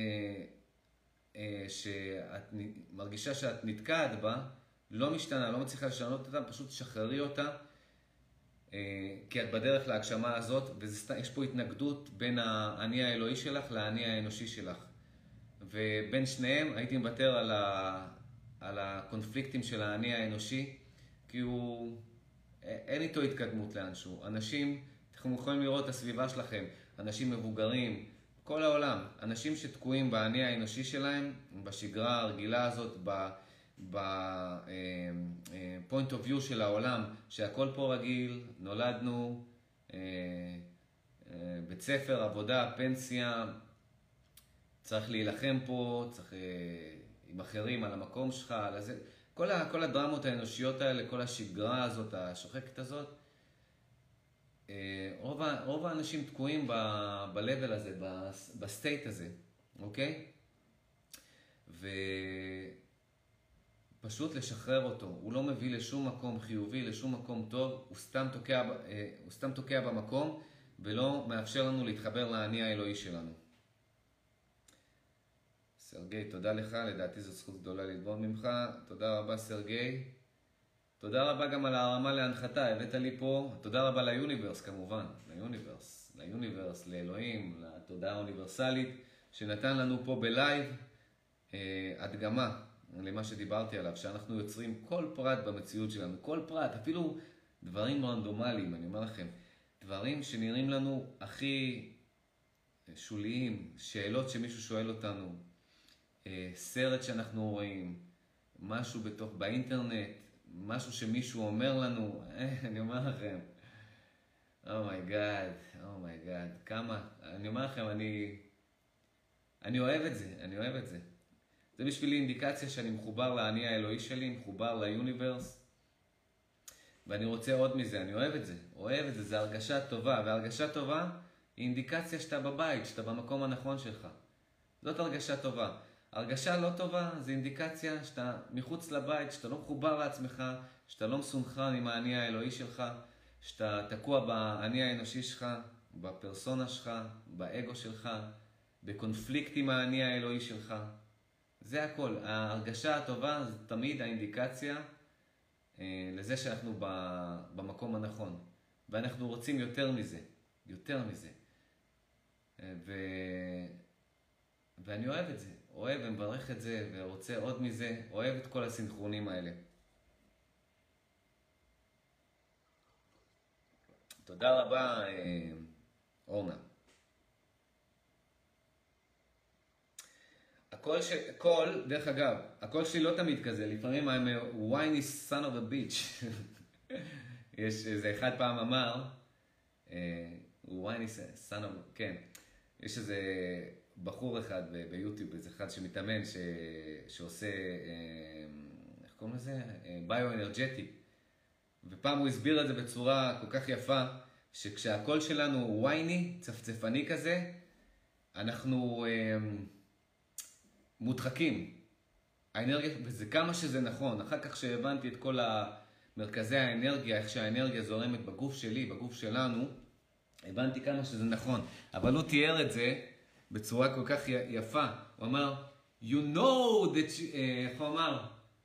שאת מרגישה שאת נתקעת בה, לא משתנה, לא מצליחה לשנות אותה, פשוט שחררי אותה, כי את בדרך להגשמה הזאת, ויש פה התנגדות בין האני האלוהי שלך לאני האנושי שלך. ובין שניהם הייתי מוותר על הקונפליקטים של האני האנושי, כי אין איתו התקדמות לאנשהו. אנשים, אתם יכולים לראות את הסביבה שלכם, אנשים מבוגרים, כל העולם, אנשים שתקועים באני האנושי שלהם, בשגרה הרגילה הזאת, point of view של העולם, שהכל פה רגיל, נולדנו, בית ספר, עבודה, פנסיה, צריך להילחם פה, צריך עם אחרים על המקום שלך, על הזה. כל הדרמות האנושיות האלה, כל השגרה הזאת, השוחקת הזאת, רוב האנשים תקועים ב-level הזה, בסטייט הזה, אוקיי? ופשוט לשחרר אותו. הוא לא מביא לשום מקום חיובי, לשום מקום טוב, הוא סתם תוקע במקום, ולא מאפשר לנו להתחבר לאני האלוהי שלנו. סרגי, תודה לך, לדעתי זו זכות גדולה ללמוד ממך. תודה רבה סרגי. תודה רבה גם על הרמה להנחתה, הבאת לי פה. תודה רבה ליוניברס כמובן, ליוניברס, לאלוהים, לתודעה האוניברסלית, שנתן לנו פה בלייב הדגמה למה שדיברתי עליו, שאנחנו יוצרים כל פרט במציאות שלנו, כל פרט, אפילו דברים רנדומליים, אני אומר לכם, דברים שנראים לנו הכי שוליים, שאלות שמישהו שואל אותנו, סרט שאנחנו רואים, משהו באינטרנט, משהו שמישהו אומר לנו, אני אומר לכם, אומייגאד, כמה, אני אומר לכם, אני אוהב את זה, זה בשבילי אינדיקציה שאני מחובר לאני האלוהי שלי, מחובר ליוניברס, ואני רוצה עוד מזה, אני אוהב את זה. אוהב את זה, זה הרגשה טובה. והרגשה טובה היא אינדיקציה שאתה בבית, שאתה במקום הנכון שלך. זאת הרגשה טובה. הרגשה לא טובה זה אינדיקציה שאתה מחוץ לבית, שאתה לא מחובר לעצמך, שאתה לא מסונכרן עם האני האלוהי שלך, שאתה תקוע באני האנושי שלך, בפרסונה שלך, באגו שלך, בקונפליקט עם האני האלוהי שלך. זה הכל. ההרגשה הטובה זה תמיד האינדיקציה לזה שאנחנו במקום הנכון. ואנחנו רוצים יותר מזה. יותר מזה. ואני אוהב את זה. אוהב ומברך את זה ורוצה עוד מזה. אוהב את כל הסינכרונים האלה. תודה רבה, אורנה. דרך אגב, הקול שלי לא תמיד כזה, לפעמים I'm a whiny son of a bitch. יש איזה אחד פעם אמר, whiny son of, כן, יש איזה בחור אחד ביוטיוב, איזה אחד שמתאמן, שעושה, איך קוראים לזה? ביו-אנרג'טיק. ופעם הוא הסביר את זה בצורה כל כך יפה, שכשהקול שלנו הוא whiny, צפצפני כזה, אנחנו מודחקים. האנרגיה, וזה כמה שזה נכון. אחר כך שהבנתי את כל מרכזי האנרגיה, איך שהאנרגיה זורמת בגוף שלי, בגוף שלנו, הבנתי כמה שזה נכון. אבל הוא תיאר את זה בצורה כל כך יפה. הוא אמר, you know that, איך הוא אמר?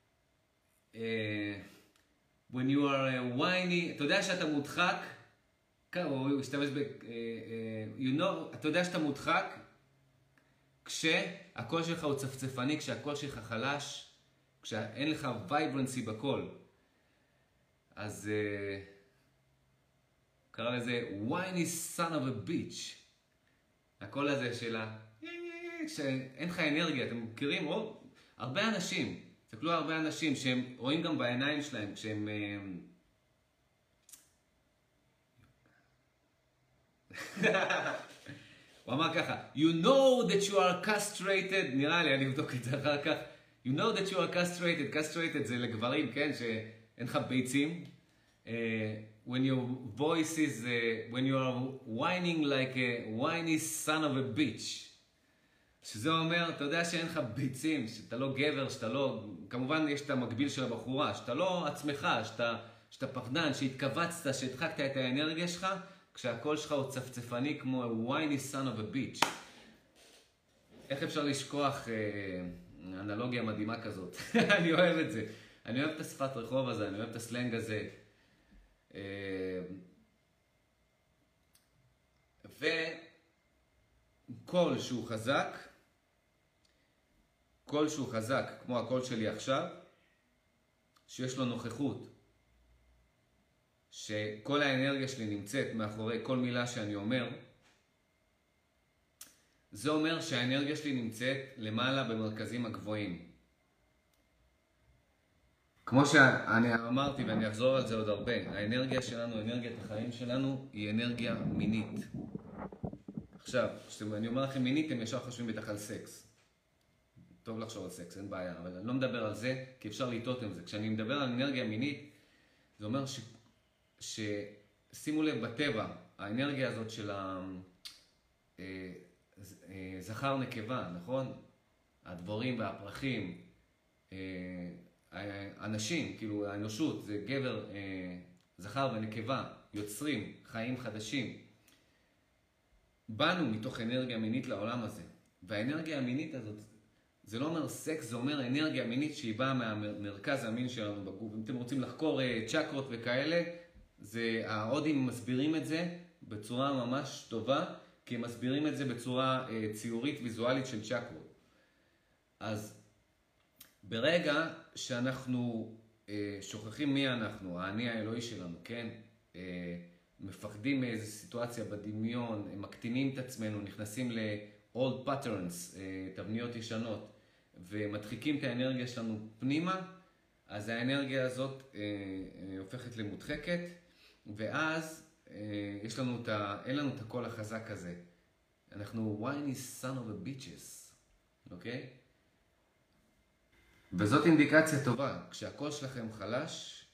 When you are whiny, אתה יודע שאתה מודחק, הוא השתמש you know, אתה יודע שאתה מודחק, כשהקול שלך הוא צפצפני, כשהקול שלך חלש, כשאין לך וייברנסי בקול. אז קרא לזה whiny son of a bitch. הקול הזה שלה, שאין לך אנרגיה. אתם מכירים הרבה אנשים, תסתכלו על הרבה אנשים שהם רואים גם בעיניים שלהם, כשהם הוא אמר ככה, you know that you are castrated, נראה לי, אני אבדוק את זה אחר כך, you know that you are castrated, castrated זה לגברים, כן, שאין לך ביצים, when your voice is, when you are whining like a whiny son of a bitch, שזה אומר, אתה יודע שאין לך ביצים, שאתה לא גבר, שאתה לא, כמובן יש את המקביל של הבחורה, שאתה לא עצמך, שאתה פחדן, שהתכווצת, שהדחקת את האנרגיה שלך, כשהקול שלך הוא צפצפני כמו a whiny son of a bitch. איך אפשר לשכוח אנלוגיה מדהימה כזאת? אני אוהב את זה. אני אוהב את השפת רחוב הזה, אני אוהב את הסלנג הזה. וקול שהוא חזק, קול שהוא חזק, כמו הקול שלי עכשיו, שיש לו נוכחות, שכל האנרגיה שלי נמצאת מאחורי כל מילה שאני אומר, זה אומר שהאנרגיה שלי נמצאת למעלה במרכזים הגבוהים. כמו שאני אמרתי ואני אחזור על זה עוד הרבה, האנרגיה שלנו, אנרגיית החיים שלנו, היא אנרגיה מינית. עכשיו, כשאני אומר לכם מינית, הם ישר חושבים בטח על סקס. טוב לחשוב על סקס, אין בעיה, אבל אני לא מדבר על זה, כי אפשר לטעות עם זה. כשאני מדבר על אנרגיה מינית, זה אומר שימו לב בטבע, האנרגיה הזאת של זכר נקבה, נכון? הדבורים והפרחים, האנשים, כאילו האנושות, זה גבר, זכר ונקבה, יוצרים חיים חדשים. באנו מתוך אנרגיה מינית לעולם הזה. והאנרגיה המינית הזאת, זה לא אומר סקס, זה אומר אנרגיה מינית שהיא באה מהמרכז המין שלנו בגוף. אם אתם רוצים לחקור צ'קרות וכאלה, ההודים מסבירים את זה בצורה ממש טובה, כי הם מסבירים את זה בצורה ציורית ויזואלית של צ'קרות. אז ברגע שאנחנו שוכחים מי אנחנו, האני האלוהי שלנו, כן? מפחדים מאיזו סיטואציה בדמיון, מקטינים את עצמנו, נכנסים ל-old patterns, תבניות ישנות, ומדחיקים את האנרגיה שלנו פנימה, אז האנרגיה הזאת הופכת למודחקת, ואז אין לנו את הקול החזק הזה. אנחנו whiny son of a bitches, אוקיי? וזאת אינדיקציה טובה. כשהקול שלכם חלש,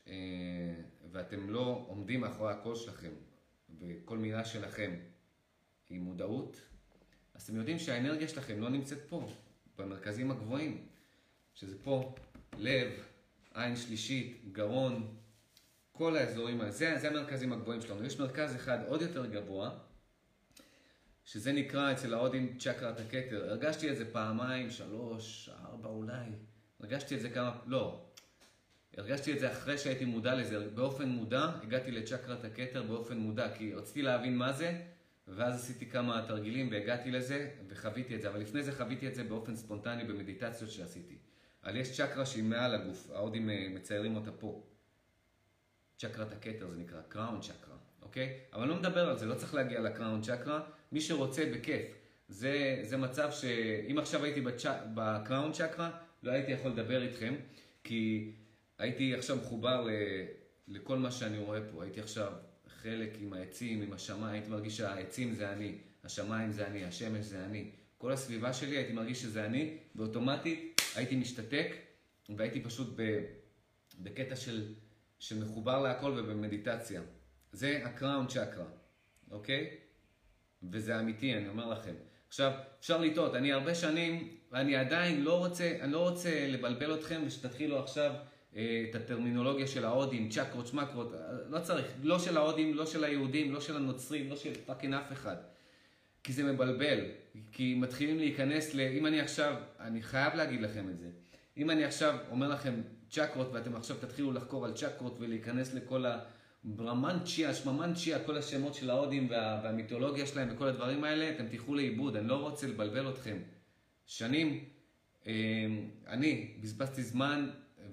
ואתם לא עומדים מאחורי הקול שלכם, וכל מילה שלכם היא מודעות, אז אתם יודעים שהאנרגיה שלכם לא נמצאת פה, במרכזים הגבוהים, שזה פה, לב, עין שלישית, גרון, כל האזורים האלה, זה המרכזים הגבוהים שלנו. יש מרכז אחד עוד יותר גבוה, שזה נקרא אצל ההודים צ'קרת הכתר. הרגשתי את זה פעמיים, 3, 4 אולי. הרגשתי את זה כמה, לא. הרגשתי את זה אחרי שהייתי מודע לזה. באופן מודע, הגעתי לצ'קרת הכתר באופן מודע, כי רציתי להבין מה זה, ואז עשיתי כמה תרגילים והגעתי לזה, וחוויתי את זה. אבל לפני זה חוויתי את זה באופן ספונטני במדיטציות שעשיתי. אבל יש צ'קרה שהיא מעל הגוף, ההודים מציירים אותה פה. צ'קרת הכתר זה נקרא, קראון צ'קרה, אוקיי? אבל לא מדבר על זה, לא צריך להגיע לקראון צ'קרה. מי שרוצה בכיף, זה מצב שאם עכשיו הייתי בקראון צ'קרה, לא הייתי יכול לדבר איתכם, כי הייתי עכשיו מחובר לכל מה שאני רואה פה. הייתי עכשיו חלק עם העצים, עם השמיים, הייתי מרגיש שהעצים זה אני, השמיים זה אני, השמש זה אני. כל הסביבה שלי הייתי מרגיש שזה אני, ואוטומטית הייתי משתתק, והייתי פשוט בקטע של מחובר להכל ובמדיטציה. זה הקראון צ'קרה, אוקיי? וזה אמיתי, אני אומר לכם. עכשיו, אפשר לטעות, אני הרבה שנים, ואני עדיין לא רוצה לבלבל אתכם, ושתתחילו עכשיו את הטרמינולוגיה של ההודים, צ'קרות, שמקרות, לא צריך, לא של ההודים, לא של היהודים, לא של הנוצרים, לא של פאקינג אף אחד. כי זה מבלבל, כי מתחילים להיכנס אם אני עכשיו, אני חייב להגיד לכם את זה, אם אני עכשיו אומר לכם צ'קרות, ואתם עכשיו תתחילו לחקור על צ'קרות ולהיכנס לכל הברמנצ'יה, שממנצ'יה, כל השמות של ההודים והמיתולוגיה שלהם וכל הדברים האלה, אתם תלכו לאיבוד. אני לא רוצה לבלבל אתכם. שנים, אני בזבזתי זמן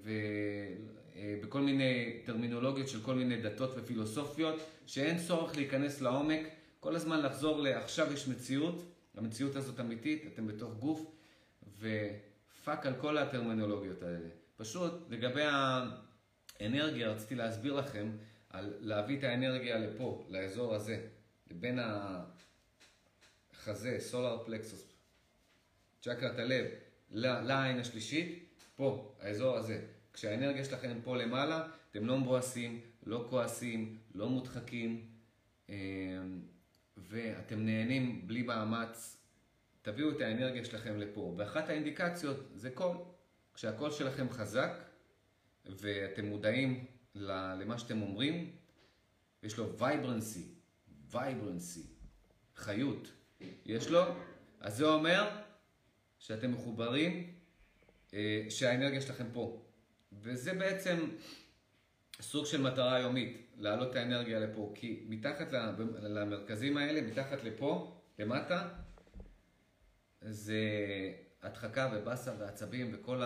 בכל מיני טרמינולוגיות של כל מיני דתות ופילוסופיות, שאין צורך להיכנס לעומק, כל הזמן לחזור לעכשיו יש מציאות, המציאות הזאת אמיתית, אתם בתוך גוף, ופאק על כל הטרמינולוגיות האלה. פשוט לגבי האנרגיה רציתי להסביר לכם על להביא את האנרגיה לפה, לאזור הזה, לבין החזה, סולר פלקסוס, צ'קרת הלב, לעין השלישית, פה, האזור הזה. כשהאנרגיה שלכם פה למעלה, אתם לא מבואסים, לא כועסים, לא מודחקים, ואתם נהנים בלי מאמץ. תביאו את האנרגיה שלכם לפה. ואחת האינדיקציות זה קול. כשהקול שלכם חזק, ואתם מודעים למה שאתם אומרים, יש לו וייברנסי, חיות. יש לו, אז זה אומר שאתם מחוברים, שהאנרגיה שלכם פה. וזה בעצם סוג של מטרה יומית, להעלות את האנרגיה לפה. כי מתחת למרכזים האלה, מתחת לפה, למטה, זה הדחקה ובסה ועצבים וכל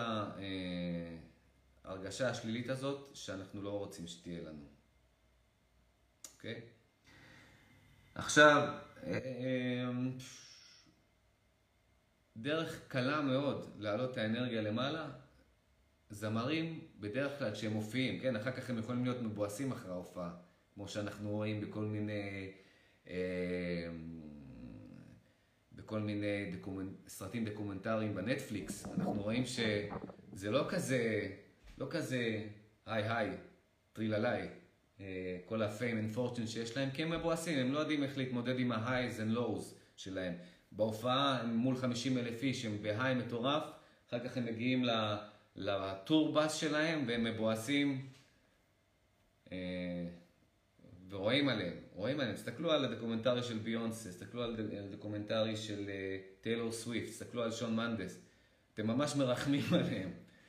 ההרגשה השלילית הזאת שאנחנו לא רוצים שתהיה לנו. אוקיי? עכשיו, דרך קלה מאוד להעלות את האנרגיה למעלה, זמרים בדרך כלל כשהם מופיעים, כן? אחר כך הם יכולים להיות מבואסים אחרי ההופעה, כמו שאנחנו רואים בכל מיני סרטים דוקומנטריים בנטפליקס. אנחנו רואים שזה לא כזה היי, טריללי, כל ה-fame and fortune שיש להם, כי הם מבואסים, הם לא יודעים איך להתמודד עם ה-highs and lows שלהם. בהופעה הם מול 50,000 איש, הם בהיי מטורף, אחר כך הם מגיעים לטורבס שלהם והם מבואסים ורואים עליהם, תסתכלו על הדוקומנטרי של ביונסה, תסתכלו על הדוקומנטרי של טיילור סוויפט, תסתכלו על שון מנדס, אתם ממש מרחמים עליהם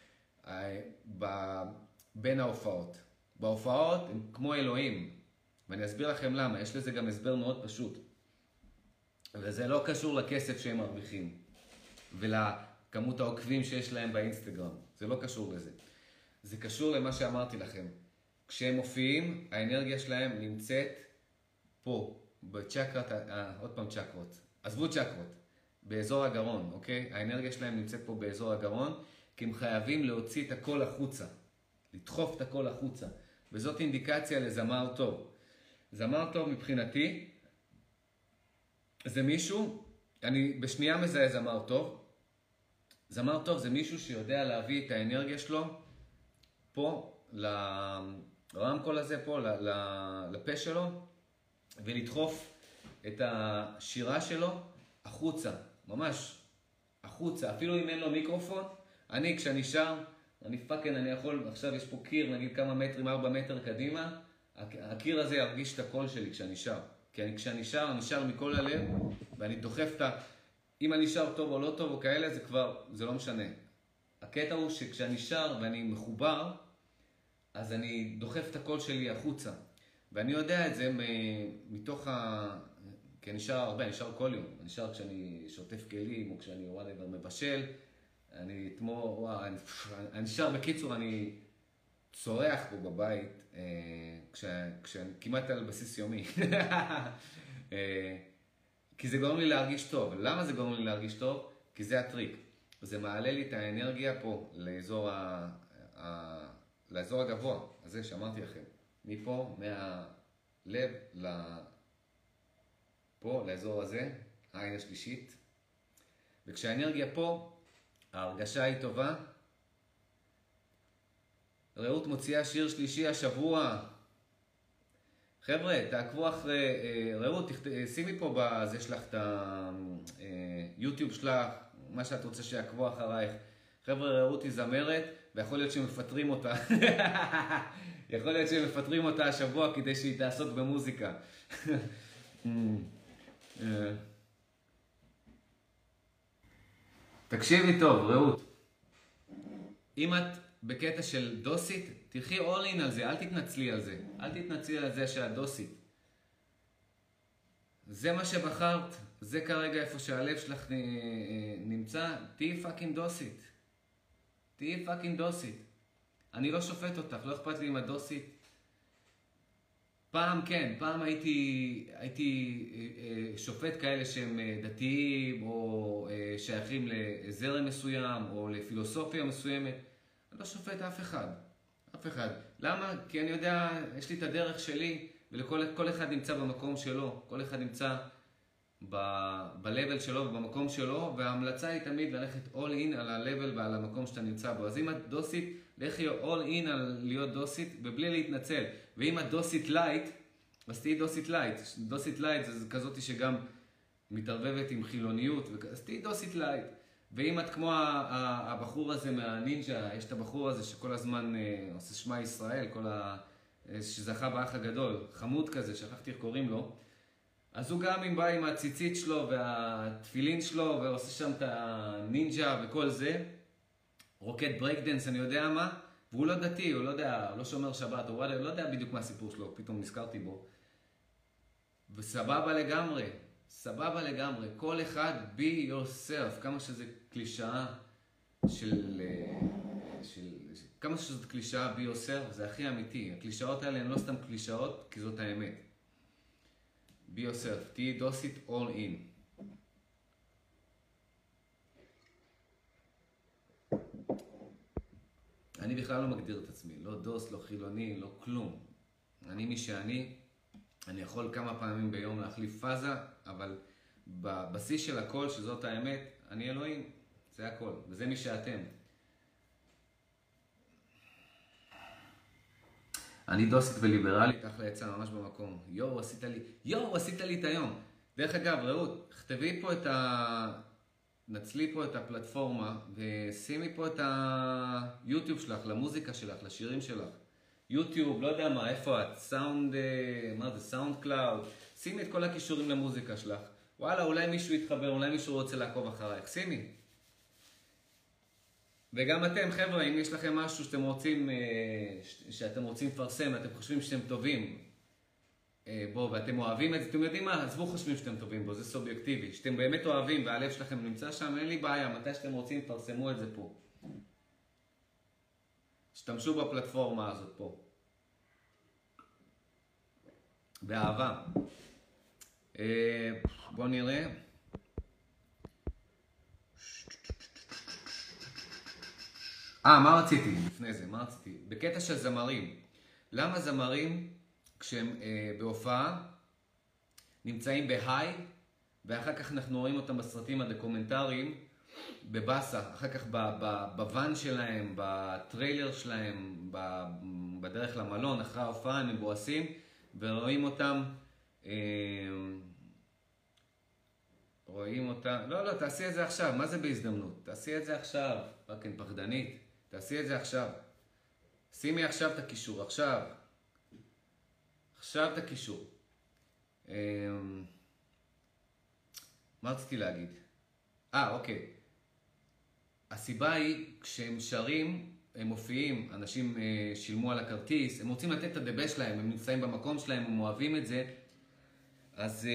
בין ההופעות. בהופעות הם כמו אלוהים, ואני אסביר לכם למה, יש לזה גם הסבר מאוד פשוט. וזה לא קשור לכסף שהם מרוויחים, ולכמות העוקבים שיש להם באינסטגרם, זה לא קשור לזה. זה קשור למה שאמרתי לכם. כשהם מופיעים, האנרגיה שלהם נמצאת פה, בצ'קרת, עוד פעם צ'קרות, עזבו צ'קרות, באזור הגרון, אוקיי? האנרגיה שלהם נמצאת פה באזור הגרון, כי הם חייבים להוציא את הכל החוצה, לדחוף את הכל החוצה, וזאת אינדיקציה לזמר טוב. זמר טוב מבחינתי, זה מישהו, אני בשנייה מזהה זמר טוב. זמר טוב זה מישהו שיודע להביא את האנרגיה שלו פה לרמקול הזה פה, לפה שלו, ולדחוף את השירה שלו החוצה, ממש החוצה, אפילו אם אין לו מיקרופון. כשאני שר, אני יכול, עכשיו יש פה קיר, נגיד כמה מטרים, 4 מטר קדימה, הקיר הזה ירגיש את הקול שלי כשאני שר. כי כשאני שר, אני שר מכל הלב, ואני דוחף אם אני שר טוב או לא טוב או כאלה, זה לא משנה. הקטע הוא שכשאני שר ואני מחובר, אז אני דוחף את הקול שלי החוצה. ואני יודע את זה מתוך כי אני שר הרבה, אני שר כל יום. אני שר כשאני שוטף כלים, או כשאני מבשל. אני שר בקיצור, אני צורח פה בבית, כמעט על בסיס יומי. כי זה גורם לי להרגיש טוב. למה זה גורם לי להרגיש טוב? כי זה הטריק. זה מעלה לי את האנרגיה פה, לאזור הגבוה, הזה שאמרתי לכם. מפה, מהלב פה, לאזור הזה, העין השלישית. וכשהאנרגיה פה, ההרגשה היא טובה. רעות מוציאה שיר שלישי השבוע. חבר'ה, תעקבו אחרי רעות, שימי פה בזה שלך את היוטיוב שלך, מה שאת רוצה שיעקבו אחרייך. חבר'ה, רעות היא זמרת, ויכול להיות שמפטרים אותה. יכול להיות שמפטרים אותה השבוע כדי שהיא תעסוק במוזיקה. תקשיבי טוב, רעות. אם את בקטע של דוסית, תלכי all in על זה, אל תתנצלי על זה. אל תתנצלי על זה שאת דוסית. זה מה שבחרת, זה כרגע איפה שהלב שלך נמצא, תהי פאקינג דוסית. תהי פאקינג דוסית. אני לא שופט אותך, לא אכפת לי עם הדוסית. פעם כן, פעם הייתי שופט כאלה שהם דתיים, או שייכים לזרם מסוים, או לפילוסופיה מסוימת. אני לא שופט אף אחד. אף אחד. למה? כי אני יודע, יש לי את הדרך שלי, וכל אחד נמצא במקום שלו. כל אחד נמצא ב-level שלו ובמקום שלו, וההמלצה היא תמיד ללכת all in על ה-level ועל המקום שאתה נמצא בו. אז אם את דוסית, לכי all in על להיות דוסית, ובלי להתנצל. ואם את דוסית לייט, אז תהיי דוסית לייט. דוסית לייט זה כזאת שגם מתערבבת עם חילוניות, אז תהיי דוסית לייט. ואם את כמו הבחור הזה מהנינג'ה, יש את הבחור הזה שכל הזמן עושה שמע ישראל, שזכה באח הגדול, חמוד כזה, שכחתי איך קוראים לו, אז הוא גם אם בא עם הציצית שלו והתפילין שלו, ועושה שם את הנינג'ה וכל זה, רוקד ברייקדנס, אני יודע מה, והוא לא דתי, הוא לא יודע, הוא לא שומר שבת, הוא לא יודע בדיוק מה הסיפור שלו, פתאום נזכרתי בו. וסבבה לגמרי, סבבה לגמרי, כל אחד be yourself, כמה שזה קלישאה כמה שזאת קלישאה be yourself, זה הכי אמיתי. הקלישאות האלה הן לא סתם קלישאות, כי זאת האמת. be yourself, תהי דוסית all in. אני בכלל לא מגדיר את עצמי, לא דוס, לא חילוני, לא כלום. אני מי שאני, אני יכול כמה פעמים ביום להחליף פאזה, אבל בבסיס של הכל, שזאת האמת, אני אלוהים, זה הכל, וזה מי שאתם. אני דוסית וליברלית, אחלה יצא ממש במקום. עשית לי את היום. דרך אגב, רעות, כתבי פה נצלי פה את הפלטפורמה, ושימי פה את היוטיוב שלך, למוזיקה שלך, לשירים שלך. יוטיוב, לא יודע מה, איפה את? סאונד קלאוד. שימי את כל הכישורים למוזיקה שלך. וואלה, אולי מישהו יתחבר, אולי מישהו רוצה לעקוב אחרייך. שימי. וגם אתם, חבר'ה, אם יש לכם משהו שאתם רוצים לפרסם, ואתם חושבים שאתם טובים בו, ואתם אוהבים את זה, אתם יודעים מה? עזבו חושבים שאתם טובים בו, זה סובייקטיבי. שאתם באמת אוהבים והלב שלכם נמצא שם, אין לי בעיה, מתי שאתם רוצים, תפרסמו את זה פה. שתמשו בפלטפורמה הזאת פה. באהבה. בואו נראה. מה רציתי לפני זה? מה רציתי? בקטע של זמרים. למה זמרים, כשהם בהופעה, נמצאים בהיי, ואחר כך אנחנו רואים אותם בסרטים הדוקומנטריים, בבאסה, אחר כך בוואן שלהם, בטריילר שלהם, בדרך למלון, אחרי ההופעה הם מבואסים, ורואים אותם, לא, תעשי את זה עכשיו, מה זה בהזדמנות? תעשי את זה עכשיו, רק אין פחדנית, תעשי את זה עכשיו. שימי עכשיו את הקישור, עכשיו את הקישור. מה רציתי להגיד? אוקיי. הסיבה היא, כשהם שרים, הם מופיעים, אנשים שילמו על הכרטיס, הם רוצים לתת את הדבש שלהם, הם נמצאים במקום שלהם, הם אוהבים את זה, אז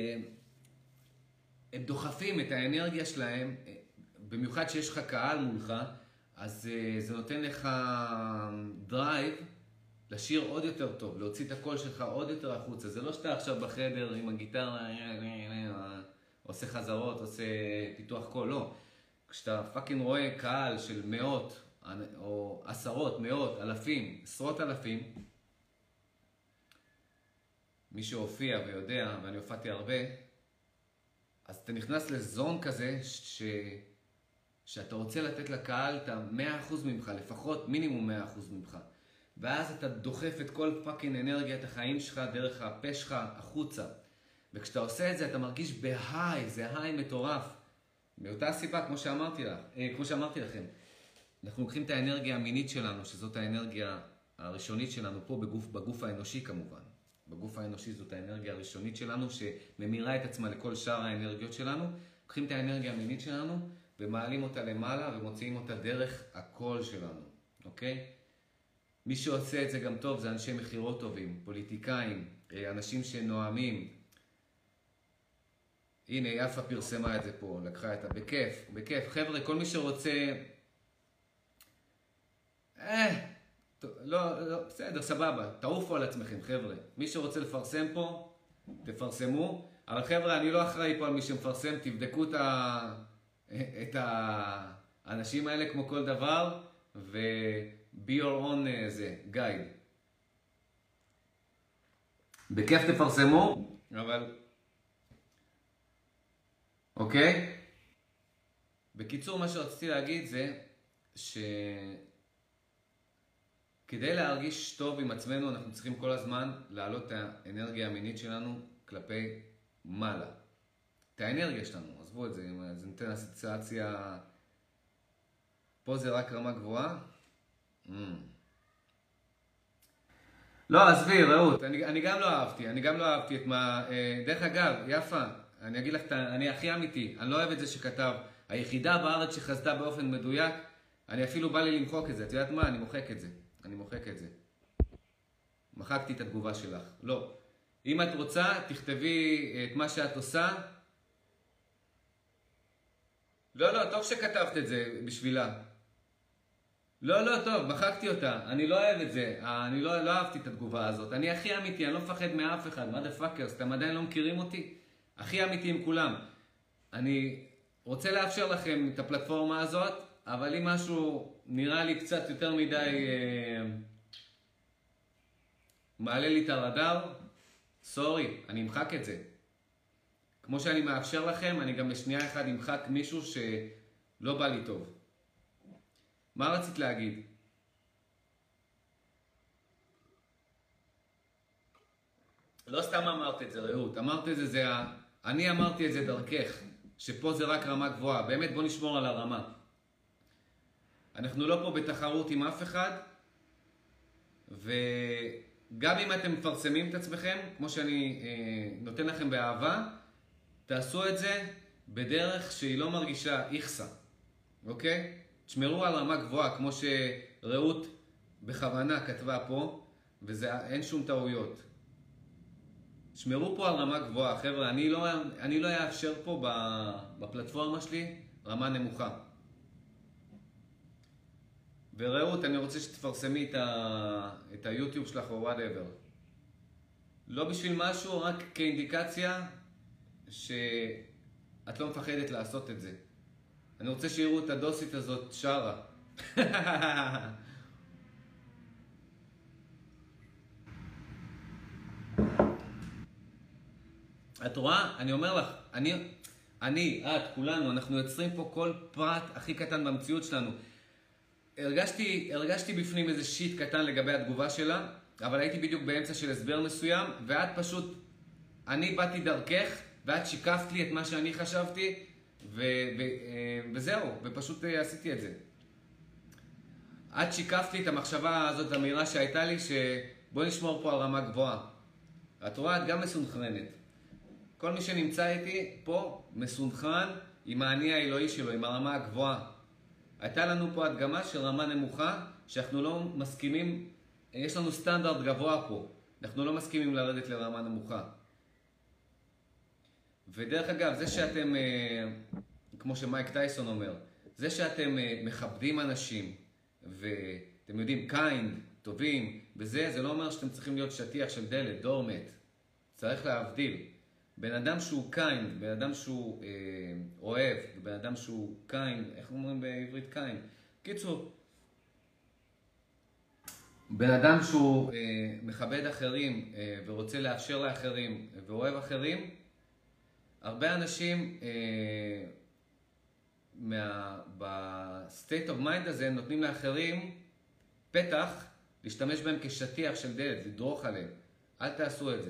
הם דוחפים את האנרגיה שלהם, במיוחד שיש לך קהל מולך, אז זה נותן לך דרייב לשיר עוד יותר טוב, להוציא את הקול שלך עוד יותר החוצה. זה לא שאתה עכשיו בחדר עם הגיטרה, עושה חזרות, עושה פיתוח קול, לא. כשאתה פאקינג רואה קהל של מאות, או עשרות, מאות, אלפים, עשרות אלפים, מי שהופיע ויודע, ואני הופעתי הרבה, אז אתה נכנס לזון כזה שאתה רוצה לתת לקהל את ה-100% ממך, לפחות מינימום 100% ממך. ואז אתה דוחף את כל פאקינג אנרגיית החיים שלך דרך הפה שלך החוצה. וכשאתה עושה את זה אתה מרגיש בהיי, זה היי מטורף. מאותה סיבה, כמו שאמרתי לכם, אנחנו לוקחים את האנרגיה המינית שלנו, שזאת האנרגיה הראשונית שלנו פה בגוף האנושי כמובן. בגוף האנושי זאת האנרגיה הראשונית שלנו, שממירה את עצמה לכל שאר האנרגיות שלנו. לוקחים את האנרגיה המינית שלנו ומעלים אותה למעלה ומוציאים אותה דרך הקול שלנו, אוקיי? מי שעושה את זה גם טוב זה אנשי מחירות טובים, פוליטיקאים, אנשים שנואמים. הנה, יפה פרסמה את זה פה, לקחה את בכיף, בכיף. חבר'ה, כל מי שרוצה... לא, בסדר, סבבה. תעופו על עצמכם, חבר'ה. מי שרוצה לפרסם פה, תפרסמו. אבל חבר'ה, אני לא אחראי פה על מי שמפרסם. תבדקו את האנשים האלה כמו כל דבר, ו-be your own guide. בכיף תפרסמו, אבל... אוקיי? בקיצור, מה שרציתי להגיד זה כדי להרגיש טוב עם עצמנו, אנחנו צריכים כל הזמן להעלות את האנרגיה המינית שלנו כלפי מעלה. את האנרגיה שלנו, עזבו את זה, זה נותן אסוציאציה, פה זה רק רמה גבוהה. לא, עזבי, רעות, אני גם לא אהבתי, את מה, דרך אגב, יפה, אני אגיד לך, אני הכי אמיתי, אני לא אוהב את זה שכתב, היחידה בארץ שחזדה באופן מדויק, אני אפילו בא לי למחוק את זה, את יודעת מה? אני מוחק את זה. מחקתי את התגובה שלך. לא. אם את רוצה, תכתבי את מה שאת עושה. לא, טוב שכתבת את זה בשבילה. לא, טוב, מחקתי אותה. אני לא אוהב את זה. אני לא אהבתי את התגובה הזאת. אני הכי אמיתי, אני לא מפחד מאף אחד. מה דה פאקרס? אתם עדיין לא מכירים אותי? הכי אמיתי עם כולם. אני רוצה לאפשר לכם את הפלטפורמה הזאת, אבל אם משהו נראה לי קצת יותר מדי מעלה לי את הרדאר, סורי, אני אמחק את זה. כמו שאני מאפשר לכם, אני גם בשנייה אחת אמחק מישהו שלא בא לי טוב. מה רצית להגיד? לא סתם אמרת את זה, רעות. אמרת את זה, אני אמרתי את זה דרכך, שפה זה רק רמה גבוהה. באמת בוא נשמור על הרמה. אנחנו לא פה בתחרות עם אף אחד, וגם אם אתם מפרסמים את עצמכם, כמו שאני נותן לכם באהבה, תעשו את זה בדרך שהיא לא מרגישה איכסה, אוקיי? תשמרו על רמה גבוהה, כמו שרעות בכוונה כתבה פה, ואין שום טעויות. תשמרו פה על רמה גבוהה, חבר'ה, אני לא אאפשר פה בפלטפורמה שלי רמה נמוכה. ורעות, אני רוצה שתפרסמי את היוטיוב שלך או whatever. לא בשביל משהו, רק כאינדיקציה שאת לא מפחדת לעשות את זה. אני רוצה שיראו את הדוסית הזאת שרה. את רואה? אני אומר לך, את, כולנו, אנחנו יוצרים פה כל פרט הכי קטן במציאות שלנו. הרגשתי בפנים איזה שיט קטן לגבי התגובה שלה, אבל הייתי בדיוק באמצע של הסבר מסוים, ואת פשוט, אני באתי דרכך, ואת שיקפת לי את מה שאני חשבתי, וזהו, ופשוט עשיתי את זה. את שיקפת לי את המחשבה הזאת המהירה שהייתה לי, שבוא נשמור פה על רמה גבוהה. את רואה, את גם מסונכרנת. כל מי שנמצא איתי פה מסונכרן עם האני האלוהי שלו, עם הרמה הגבוהה. הייתה לנו פה הדגמה של רמה נמוכה, שאנחנו לא מסכימים, יש לנו סטנדרט גבוה פה. אנחנו לא מסכימים לרדת לרמה נמוכה. ודרך אגב, זה שאתם, כמו שמייק טייסון אומר, זה שאתם מכבדים אנשים, ואתם יודעים, kind, טובים, זה לא אומר שאתם צריכים להיות שטיח של דלת, דורמט. צריך להבדיל. בן אדם שהוא kind, בן אדם שהוא אוהב, בן אדם שהוא kind, איך אומרים בעברית kind? קיצור, בן אדם שהוא מכבד אחרים ורוצה לאפשר לאחרים ואוהב אחרים, הרבה אנשים בסטייט אוף מיינד הזה נותנים לאחרים פתח להשתמש בהם כשטיח של דלת, לדרוך עליהם. אל תעשו את זה.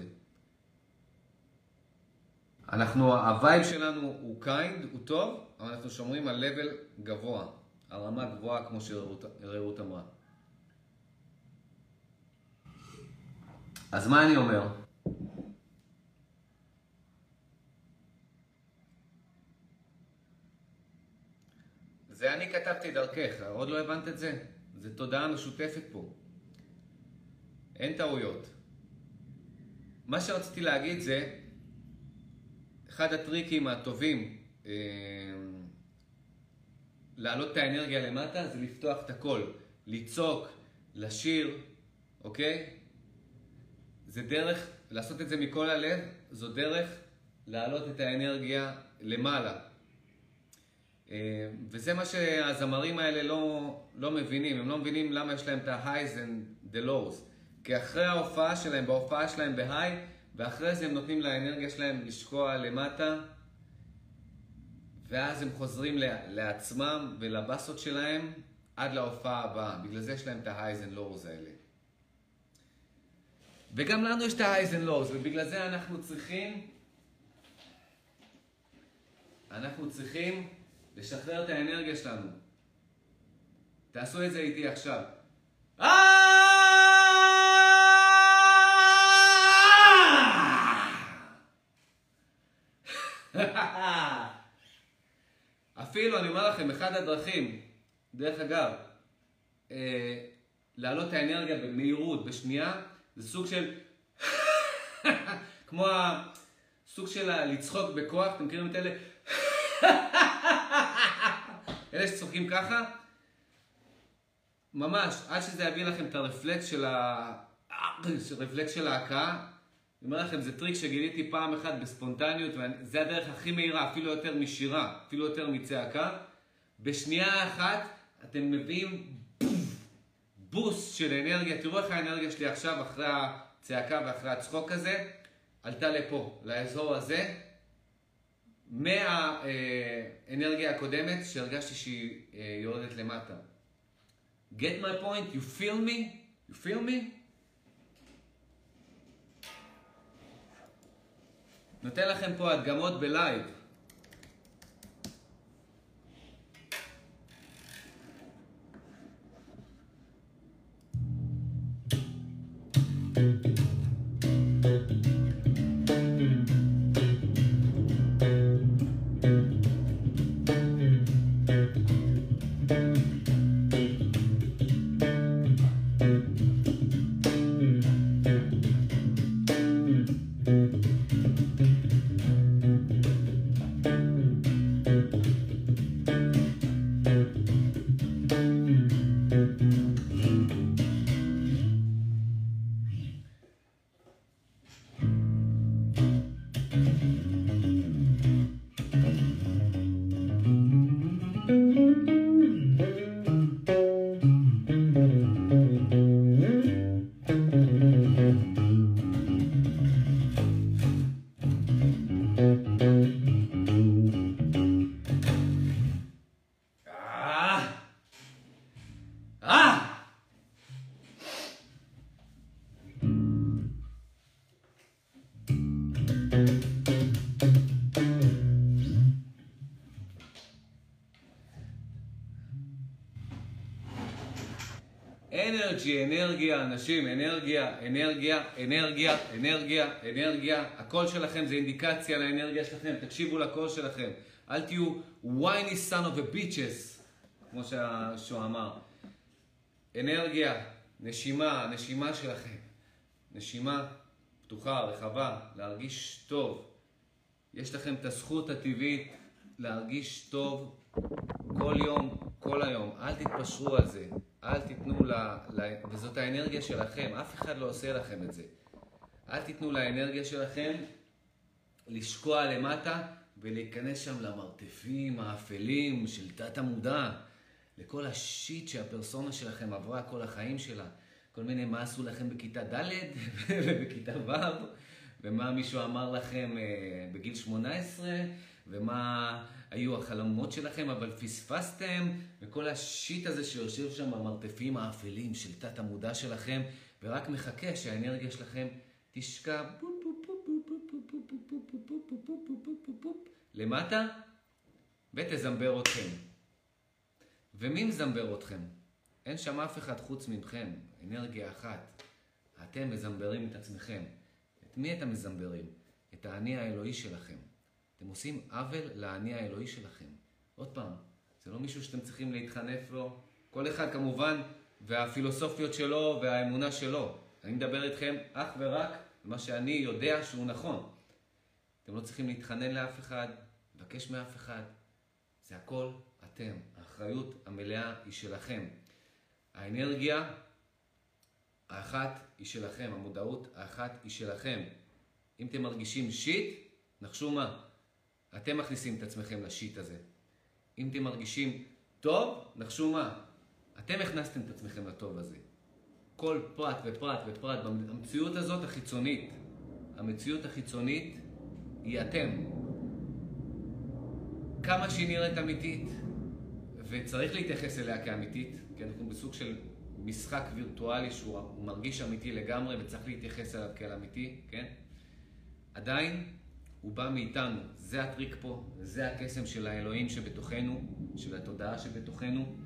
הווייב שלנו הוא kind, הוא טוב, אבל אנחנו שומרים על level גבוה, על רמה גבוהה כמו שרעות אמרה. אז מה אני אומר? זה אני כתבתי דרכך, עוד לא הבנת את זה? זה תודעה משותפת פה. אין טעויות. מה שרציתי להגיד זה, אחד הטריקים הטובים להעלות את האנרגיה למטה זה לפתוח את הכל. לצעוק, לשיר, אוקיי? זה דרך, לעשות את זה מכל הלב, זו דרך להעלות את האנרגיה למעלה. וזה מה שהזמרים האלה לא מבינים. הם לא מבינים למה יש להם את ה-highs and the lows. כי אחרי ההופעה שלהם, בהופעה שלהם בהיי, ואחרי זה הם נותנים לאנרגיה שלהם לשקוע למטה, ואז הם חוזרים לעצמם ולבסות שלהם עד להופעה הבאה. בגלל זה יש להם את ה-highs and lows האלה. וגם לנו יש את ה-highs and lows, ובגלל זה אנחנו צריכים לשחרר את האנרגיה שלנו. תעשו את זה איתי עכשיו. אפילו אני אומר לכם, אחד הדרכים, דרך אגב, להעלות את האנרגיה במהירות, בשנייה, זה סוג של, כמו הסוג של לצחוק בכוח, אתם מכירים את אלה? אלה שצוחקים ככה, ממש, עד שזה יביא לכם את הרפלקס של ההקאה. אני אומר לכם, זה טריק שגיליתי פעם אחת בספונטניות, וזה הדרך הכי מהירה, אפילו יותר משירה, אפילו יותר מצעקה. בשנייה אחת אתם מביאים בוסט של אנרגיה. תראו איך האנרגיה שלי עכשיו, אחרי הצעקה ואחרי הצחוק הזה, עלתה לפה, לאזור הזה, מהאנרגיה הקודמת שהרגשתי שהיא יורדת למטה. Get my point? You feel me? You feel me? נותן לכם פה הדגמות בלייב. אנרג'י, אנרגיה, אנשים, אנרגיה, אנרגיה, אנרגיה, אנרגיה, אנרגיה. הקול שלכם זה אינדיקציה לאנרגיה שלכם. תקשיבו לקול שלכם. אל תהיו whiny son of a bitches, כמו שהוא אמר. אנרגיה, נשימה, נשימה שלכם. נשימה פתוחה, רחבה, להרגיש טוב. יש לכם את הזכות הטבעית להרגיש טוב כל יום, כל היום. אל תתפשרו על זה. אל תיתנו וזאת האנרגיה שלכם. אף אחד לא עושה לכם את זה. אל תיתנו לאנרגיה שלכם לשקוע למטה ולהיכנס שם למרתפים האפלים של תת המודע. לכל השיט שהפרסונה שלכם עברה כל החיים שלה. כל מיני מה עשו לכם בכיתה ד' ובכיתה ו', ומה מישהו אמר לכם בגיל 18, ומה היו החלומות שלכם אבל פספסתם, וכל השיט הזה שיושב שם במרתפים האפלים של תת המודע שלכם, ורק מחכה שהאנרגיה שלכם תשקע למטה ותזמבר אתכם. ומי מזמבר אתכם? אין שם אף אחד חוץ מכם, אנרגיה אחת. אתם מזמברים את עצמכם. את מי אתם מזמברים? את האני האלוהי שלכם. אתם עושים עוול לאני האלוהי שלכם. עוד פעם, זה לא מישהו שאתם צריכים להתחנף לו. כל אחד כמובן, והפילוסופיות שלו והאמונה שלו. אני מדבר איתכם אך ורק מה שאני יודע שהוא נכון. אתם לא צריכים להתחנן לאף אחד, לבקש מאף אחד. זה הכל אתם. האחריות המלאה היא שלכם. האנרגיה האחת היא שלכם, המודעות האחת היא שלכם. אם אתם מרגישים שיט, נחשו מה? אתם מכניסים את עצמכם לשיט הזה. אם אתם מרגישים טוב, נחשו מה? אתם הכנסתם את עצמכם לטוב הזה. כל פרט ופרט ופרט במציאות הזאת החיצונית. המציאות החיצונית היא אתם. כמה שהיא נראית אמיתית, וצריך להתייחס אליה כאמיתית, כי אנחנו בסוג של משחק וירטואלי שהוא מרגיש אמיתי לגמרי וצריך להתייחס אליו כאל אמיתי, כן? עדיין הוא בא מאיתנו, זה הטריק פה, זה הקסם של האלוהים שבתוכנו, של התודעה שבתוכנו.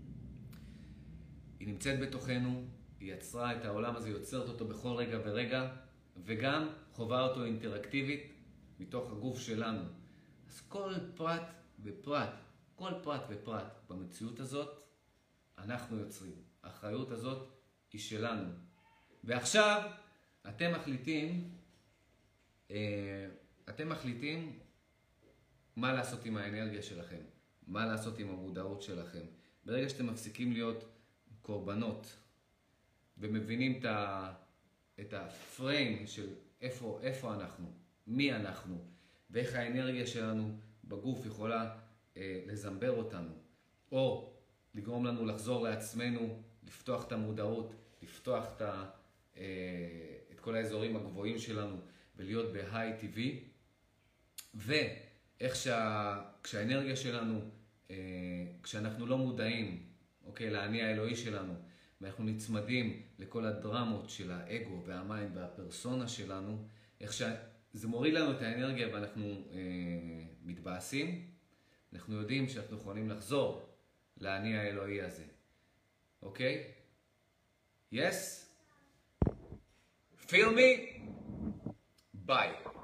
היא נמצאת בתוכנו, היא יצרה את העולם הזה, יוצרת אותו בכל רגע ורגע, וגם חובה אותו אינטראקטיבית מתוך הגוף שלנו. אז כל פרט ופרט, כל פרט ופרט במציאות הזאת, אנחנו יוצרים. האחריות הזאת היא שלנו. ועכשיו אתם מחליטים מה לעשות עם האנרגיה שלכם, מה לעשות עם המודעות שלכם. ברגע שאתם מפסיקים להיות קורבנות ומבינים את הפריים של איפה אנחנו, מי אנחנו, ואיך האנרגיה שלנו בגוף יכולה לזמבר אותנו, או לגרום לנו לחזור לעצמנו, לפתוח את המודעות, לפתוח את כל האזורים הגבוהים שלנו ולהיות בהיי טבעי. ואיך כשהאנרגיה שלנו, כשאנחנו לא מודעים, אוקיי, לאני האלוהי שלנו, ואנחנו נצמדים לכל הדרמות של האגו והמיינד והפרסונה שלנו, איך שזה מוריד לנו את האנרגיה ואנחנו מתבאסים, אנחנו יודעים שאנחנו יכולים לחזור לאני האלוהי הזה. אוקיי? Yes? Feel me? Bye.